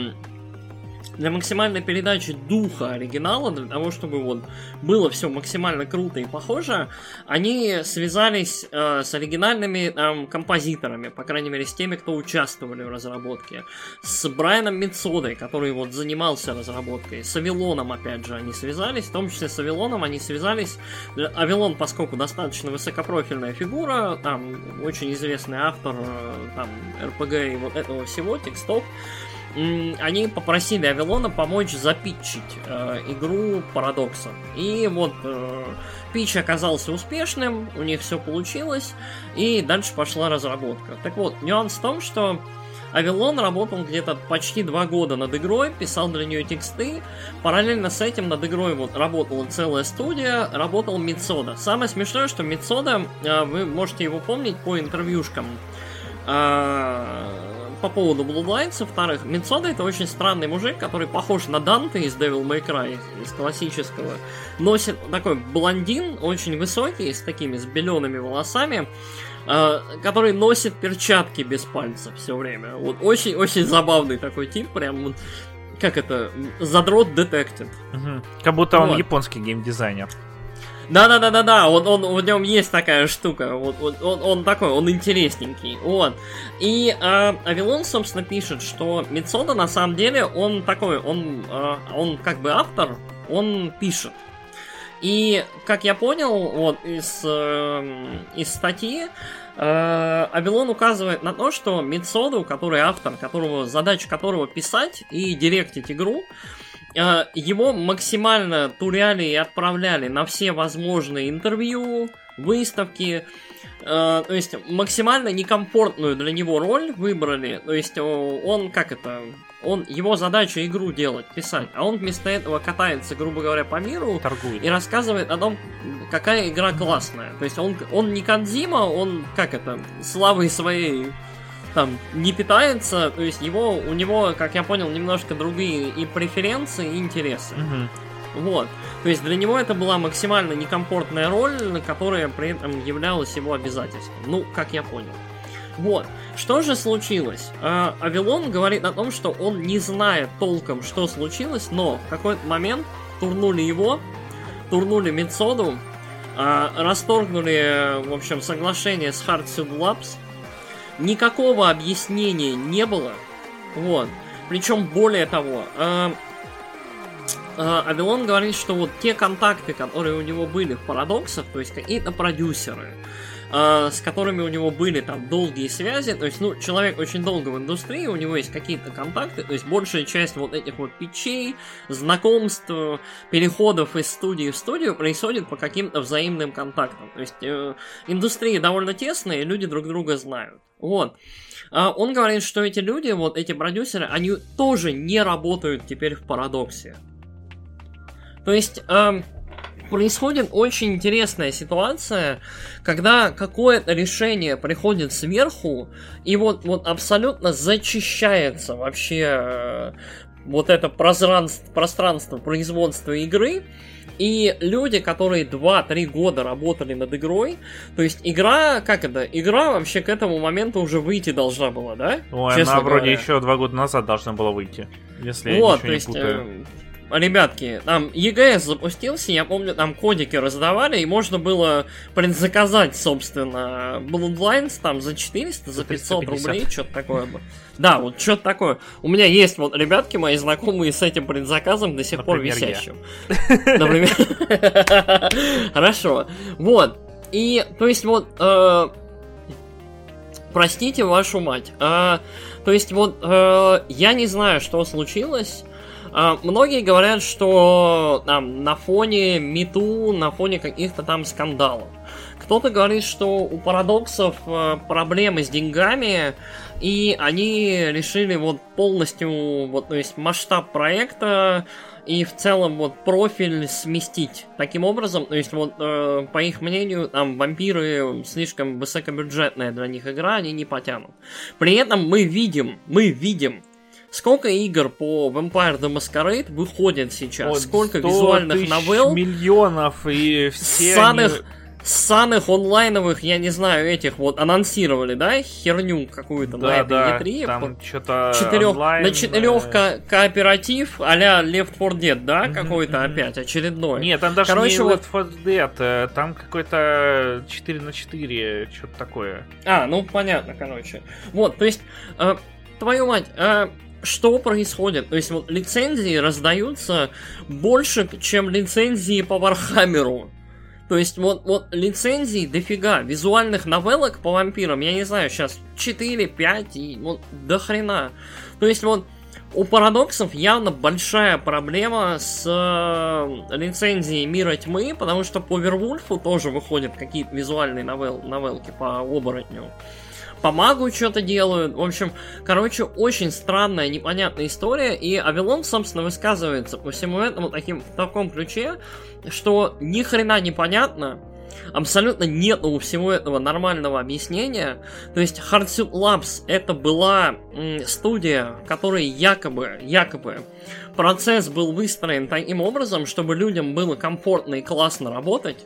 передачи духа оригинала, для того, чтобы вот было все максимально круто и похоже, они связались с оригинальными композиторами, по крайней мере, с теми, кто участвовали в разработке, с Брайаном Мицодой, который вот занимался разработкой, с Авилоном, опять же, они связались, в том числе с Авилоном они связались. Авилон, поскольку достаточно высокопрофильная фигура, там очень известный автор там РПГ и вот этого всего, текстов, они попросили Авилона помочь запитчить игру Парадокса. И вот питч оказался успешным, у них все получилось, и дальше пошла разработка. Так вот, нюанс в том, что Авилон работал где-то почти 2 года над игрой, писал для нее тексты. Параллельно с этим над игрой вот работала целая студия, работал Мицода. Самое смешное, что Мицода, вы можете его помнить по интервьюшкам, по поводу Bloodlines, вторых, Мицода — это очень странный мужик, который похож на Данте из Devil May Cry, из классического. Носит такой блондин, очень высокий, с такими белеными волосами, который носит перчатки без пальцев все время. Вот очень-очень забавный такой тип, прям вот, как это, задрот детектив. Угу. Как будто он японский геймдизайнер. Да, в нем есть такая штука, он такой, он интересненький, вот. И Авилон, собственно, пишет, что Мицода на самом деле, он такой, он как бы автор, он пишет. И, как я понял, вот, из статьи, Авилон указывает на то, что Мицоду, который автор, задача которого писать и директить игру, его максимально туряли и отправляли на все возможные интервью, выставки, то есть максимально некомфортную для него роль выбрали, то есть его задача игру делать, писать, а он вместо этого катается, грубо говоря, по миру, торгует и рассказывает о том, какая игра классная, то есть он не Кодзима, он славой своей там не питается, то есть у него, как я понял, немножко другие и преференции, и интересы. Вот. То есть для него это была максимально некомфортная роль, которая при этом являлась его обязательством. Ну, как я понял. Вот. Что же случилось? Авилон говорит о том, что он не знает толком, что случилось, но в какой-то момент турнули его, турнули Мицоду, расторгнули, в общем, соглашение с Hardsuit Labs. Никакого объяснения не было. Вот. Причем, более того, Авилон говорит, что вот те контакты, которые у него были в Парадоксах, то есть какие-то продюсеры, с которыми у него были там долгие связи, то есть, ну, человек очень долго в индустрии, у него есть какие-то контакты, то есть большая часть вот этих вот питчей, знакомств, переходов из студии в студию происходит по каким-то взаимным контактам. То есть индустрия довольно тесная, и люди друг друга знают. Вот. Он говорит, что эти люди, вот эти продюсеры, они тоже не работают теперь в Парадоксе. То есть происходит очень интересная ситуация, когда какое-то решение приходит сверху, и вот абсолютно зачищается вообще вот это пространство производства игры, и люди, которые 2-3 года работали над игрой, то есть игра, игра вообще к этому моменту уже выйти должна была, да? Ой, она вроде еще 2 года назад должна была выйти, если я ничего не путаю. Ребятки, там EGS запустился, я помню, там кодики раздавали, и можно было предзаказать, собственно, Bloodlines там за 400, за 500 рублей, что-то такое было. Да, вот что-то такое. У меня есть вот ребятки мои знакомые с этим предзаказом до сих пор висящим. Например. Хорошо. Вот. И, то есть вот, простите вашу мать. То есть вот, я не знаю, что случилось. Многие говорят, что там на фоне МИТУ, на фоне каких-то там скандалов. Кто-то говорит, что у Парадоксов проблемы с деньгами, и они решили вот полностью, вот, то есть масштаб проекта и в целом вот профиль сместить таким образом. То есть вот по их мнению, там вампиры слишком высокобюджетная для них игра, они не потянут. При этом мы видим сколько игр по Vampire the Masquerade выходит сейчас, вот сколько визуальных новелл, миллионов, и все ссаных онлайновых, я не знаю, этих вот анонсировали, да, херню какую-то на этой E3. Там что-то на 4 кооператив а-ля Left 4 Dead, да, какой-то опять очередной. Нет, там даже не Left 4 Dead, там какой-то 4x4, что-то такое. Ну понятно, короче. Вот, то есть, твою мать, что происходит? То есть вот лицензии раздаются больше, чем лицензии по Вархаммеру. То есть вот лицензий дофига, визуальных новеллок по вампирам, я не знаю, сейчас 4-5 и вот до хрена. То есть вот у Парадоксов явно большая проблема с лицензией Мира Тьмы, потому что по Вервульфу тоже выходят какие-то визуальные новелки по оборотню. По магу что-то делают. В общем, короче, очень странная, непонятная история. И Авилон, собственно, высказывается по всему этому в таком ключе, что ни хрена непонятно. Абсолютно нет у всего этого нормального объяснения. То есть Hardsuit Labs это была студия, в которой якобы процесс был выстроен таким образом, чтобы людям было комфортно и классно работать.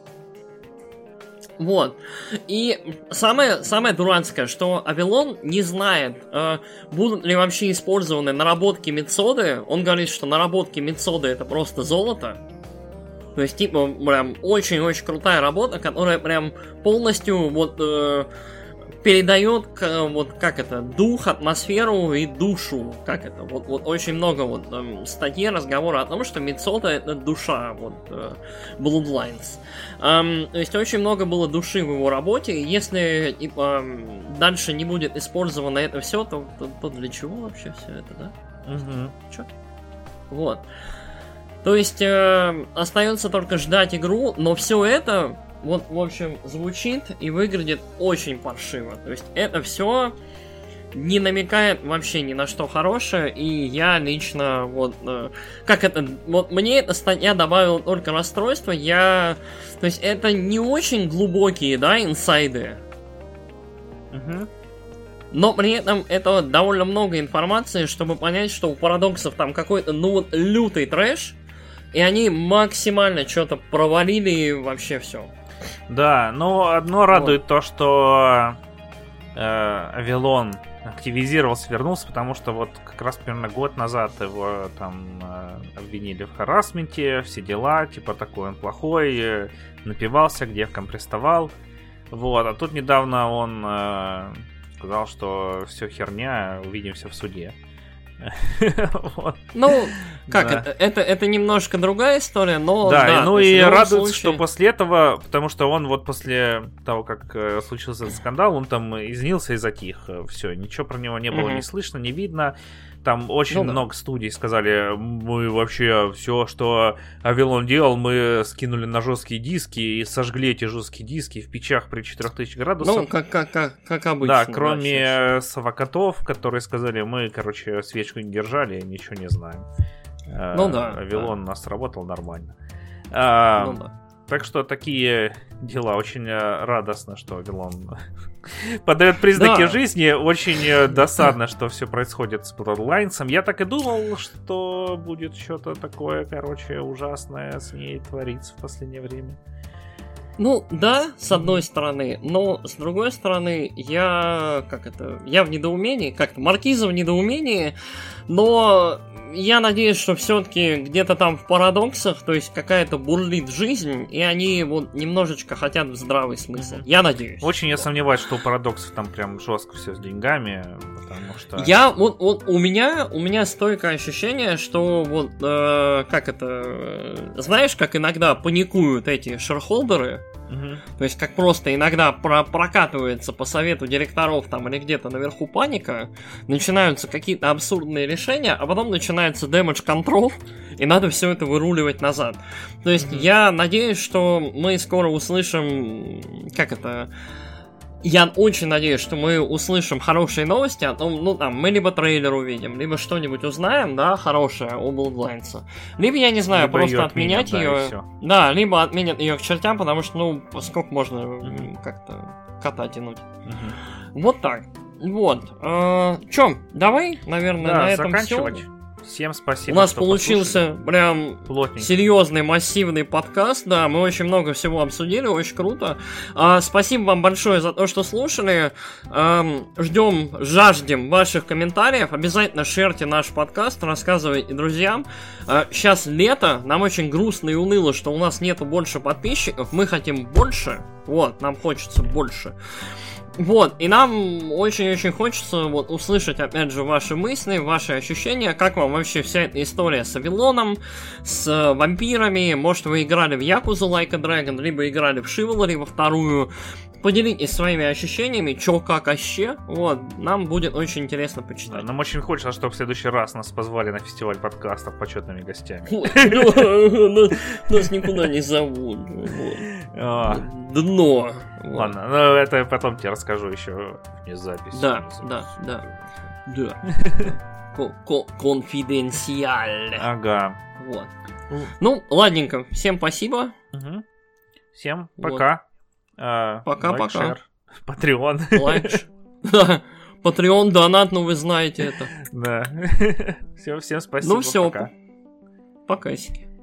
Вот. И самое дурацкое, что Авилон не знает, будут ли вообще использованы наработки Мицоды. Он говорит, что наработки Мицоды это просто золото. То есть, типа, прям очень-очень крутая работа, которая прям полностью вот передает дух, атмосферу и душу. Вот очень много статей, разговора о том, что Мицода это душа Bloodlines. То есть очень много было души в его работе. Если дальше не будет использовано это все, то для чего вообще все это, да? Угу. Чё? Вот. То есть остается только ждать игру, но все это в общем, звучит и выглядит очень паршиво. То есть это все не намекает вообще ни на что хорошее, и я лично мне эта статья добавила только расстройство. То есть это не очень глубокие, да, инсайды. Угу. Но при этом это довольно много информации, чтобы понять, что у Парадоксов там какой-то, лютый трэш. И они максимально что-то провалили и вообще все. Да, но одно радует то, что Авилон активизировался, вернулся, потому что вот как раз примерно год назад его там обвинили в харассменте, все дела, типа такой он плохой, напивался, к девкам приставал. Вот, а тут недавно он сказал, что все херня, увидимся в суде. Вот. Ну, как да. Это немножко другая история, но... Да, ну и радуется, что после этого, потому что он вот после того, как случился этот скандал, он там извинился и затих. Все, ничего про него не было не слышно, не видно. Там очень много студий сказали, мы вообще все, что Авилон делал, мы скинули на жесткие диски и сожгли эти жесткие диски в печах при 4000 градусах. Ну, как обычно. Да, кроме совокотов, которые сказали, мы, короче, свечку не держали, ничего не знаем. Ну да. Авилон нас работал нормально. Ну да. Так что такие дела. Очень радостно, что Авилон подает признаки жизни. Очень досадно, что все происходит с Bloodlines. Я так и думал, что будет что-то такое, короче, ужасное с ней твориться в последнее время. Ну, да, с одной стороны, но с другой стороны, я в недоумении, как-то Маркиза в недоумении, но я надеюсь, что все-таки где-то там в парадоксах, то есть какая-то бурлит жизнь, и они вот немножечко хотят в здравый смысл. Я надеюсь. Очень я сомневаюсь, что у парадоксов там прям жестко все с деньгами, потому что... У меня стойкое ощущение, что вот, знаешь, как иногда паникуют эти шерхолдеры, то есть как просто иногда прокатывается по совету директоров там или где-то наверху паника, начинаются какие-то абсурдные решения, а потом начинается damage control, и надо все это выруливать назад. То есть я надеюсь, что мы скоро услышим, я очень надеюсь, что мы услышим хорошие новости о том, ну там, мы либо трейлер увидим, либо что-нибудь узнаем, да, хорошее о Bloodlines. Либо, я не знаю, либо просто отменять ее. Да, либо отменят ее к чертям, потому что, ну, сколько можно как-то кота тянуть. Вот так. Вот. Чё, давай, наверное, на этом заканчивать. Все. Всем спасибо. У нас получился прям серьезный, массивный подкаст. Да, мы очень много всего обсудили, очень круто. Спасибо вам большое за то, что слушали. Жаждем ваших комментариев. Обязательно шерьте наш подкаст, рассказывайте друзьям. Сейчас лето, нам очень грустно и уныло, что у нас нету больше подписчиков. Мы хотим больше. Вот, нам хочется больше. Вот, и нам очень-очень хочется вот услышать, опять же, ваши мысли, ваши ощущения, как вам вообще вся эта история с Авилоном, с вампирами, может, вы играли в Якузу Like a Dragon, либо играли в Chivalry во вторую, поделитесь своими ощущениями, чё, как, вообще, вот, нам будет очень интересно почитать. Да, нам очень хочется, чтобы в следующий раз нас позвали на фестиваль подкастов почетными гостями. Нас никуда не зовут. Дно. Ладно, ну это потом тебе расскажу еще вне записи. Да. Конфиденциаль. Ага. Вот. Ну, ладненько. Всем спасибо. Всем пока. Пока-пока. Patreon. Да. Patreon, донат, ну вы знаете это. Да. Всем спасибо. Ну все. Покасики.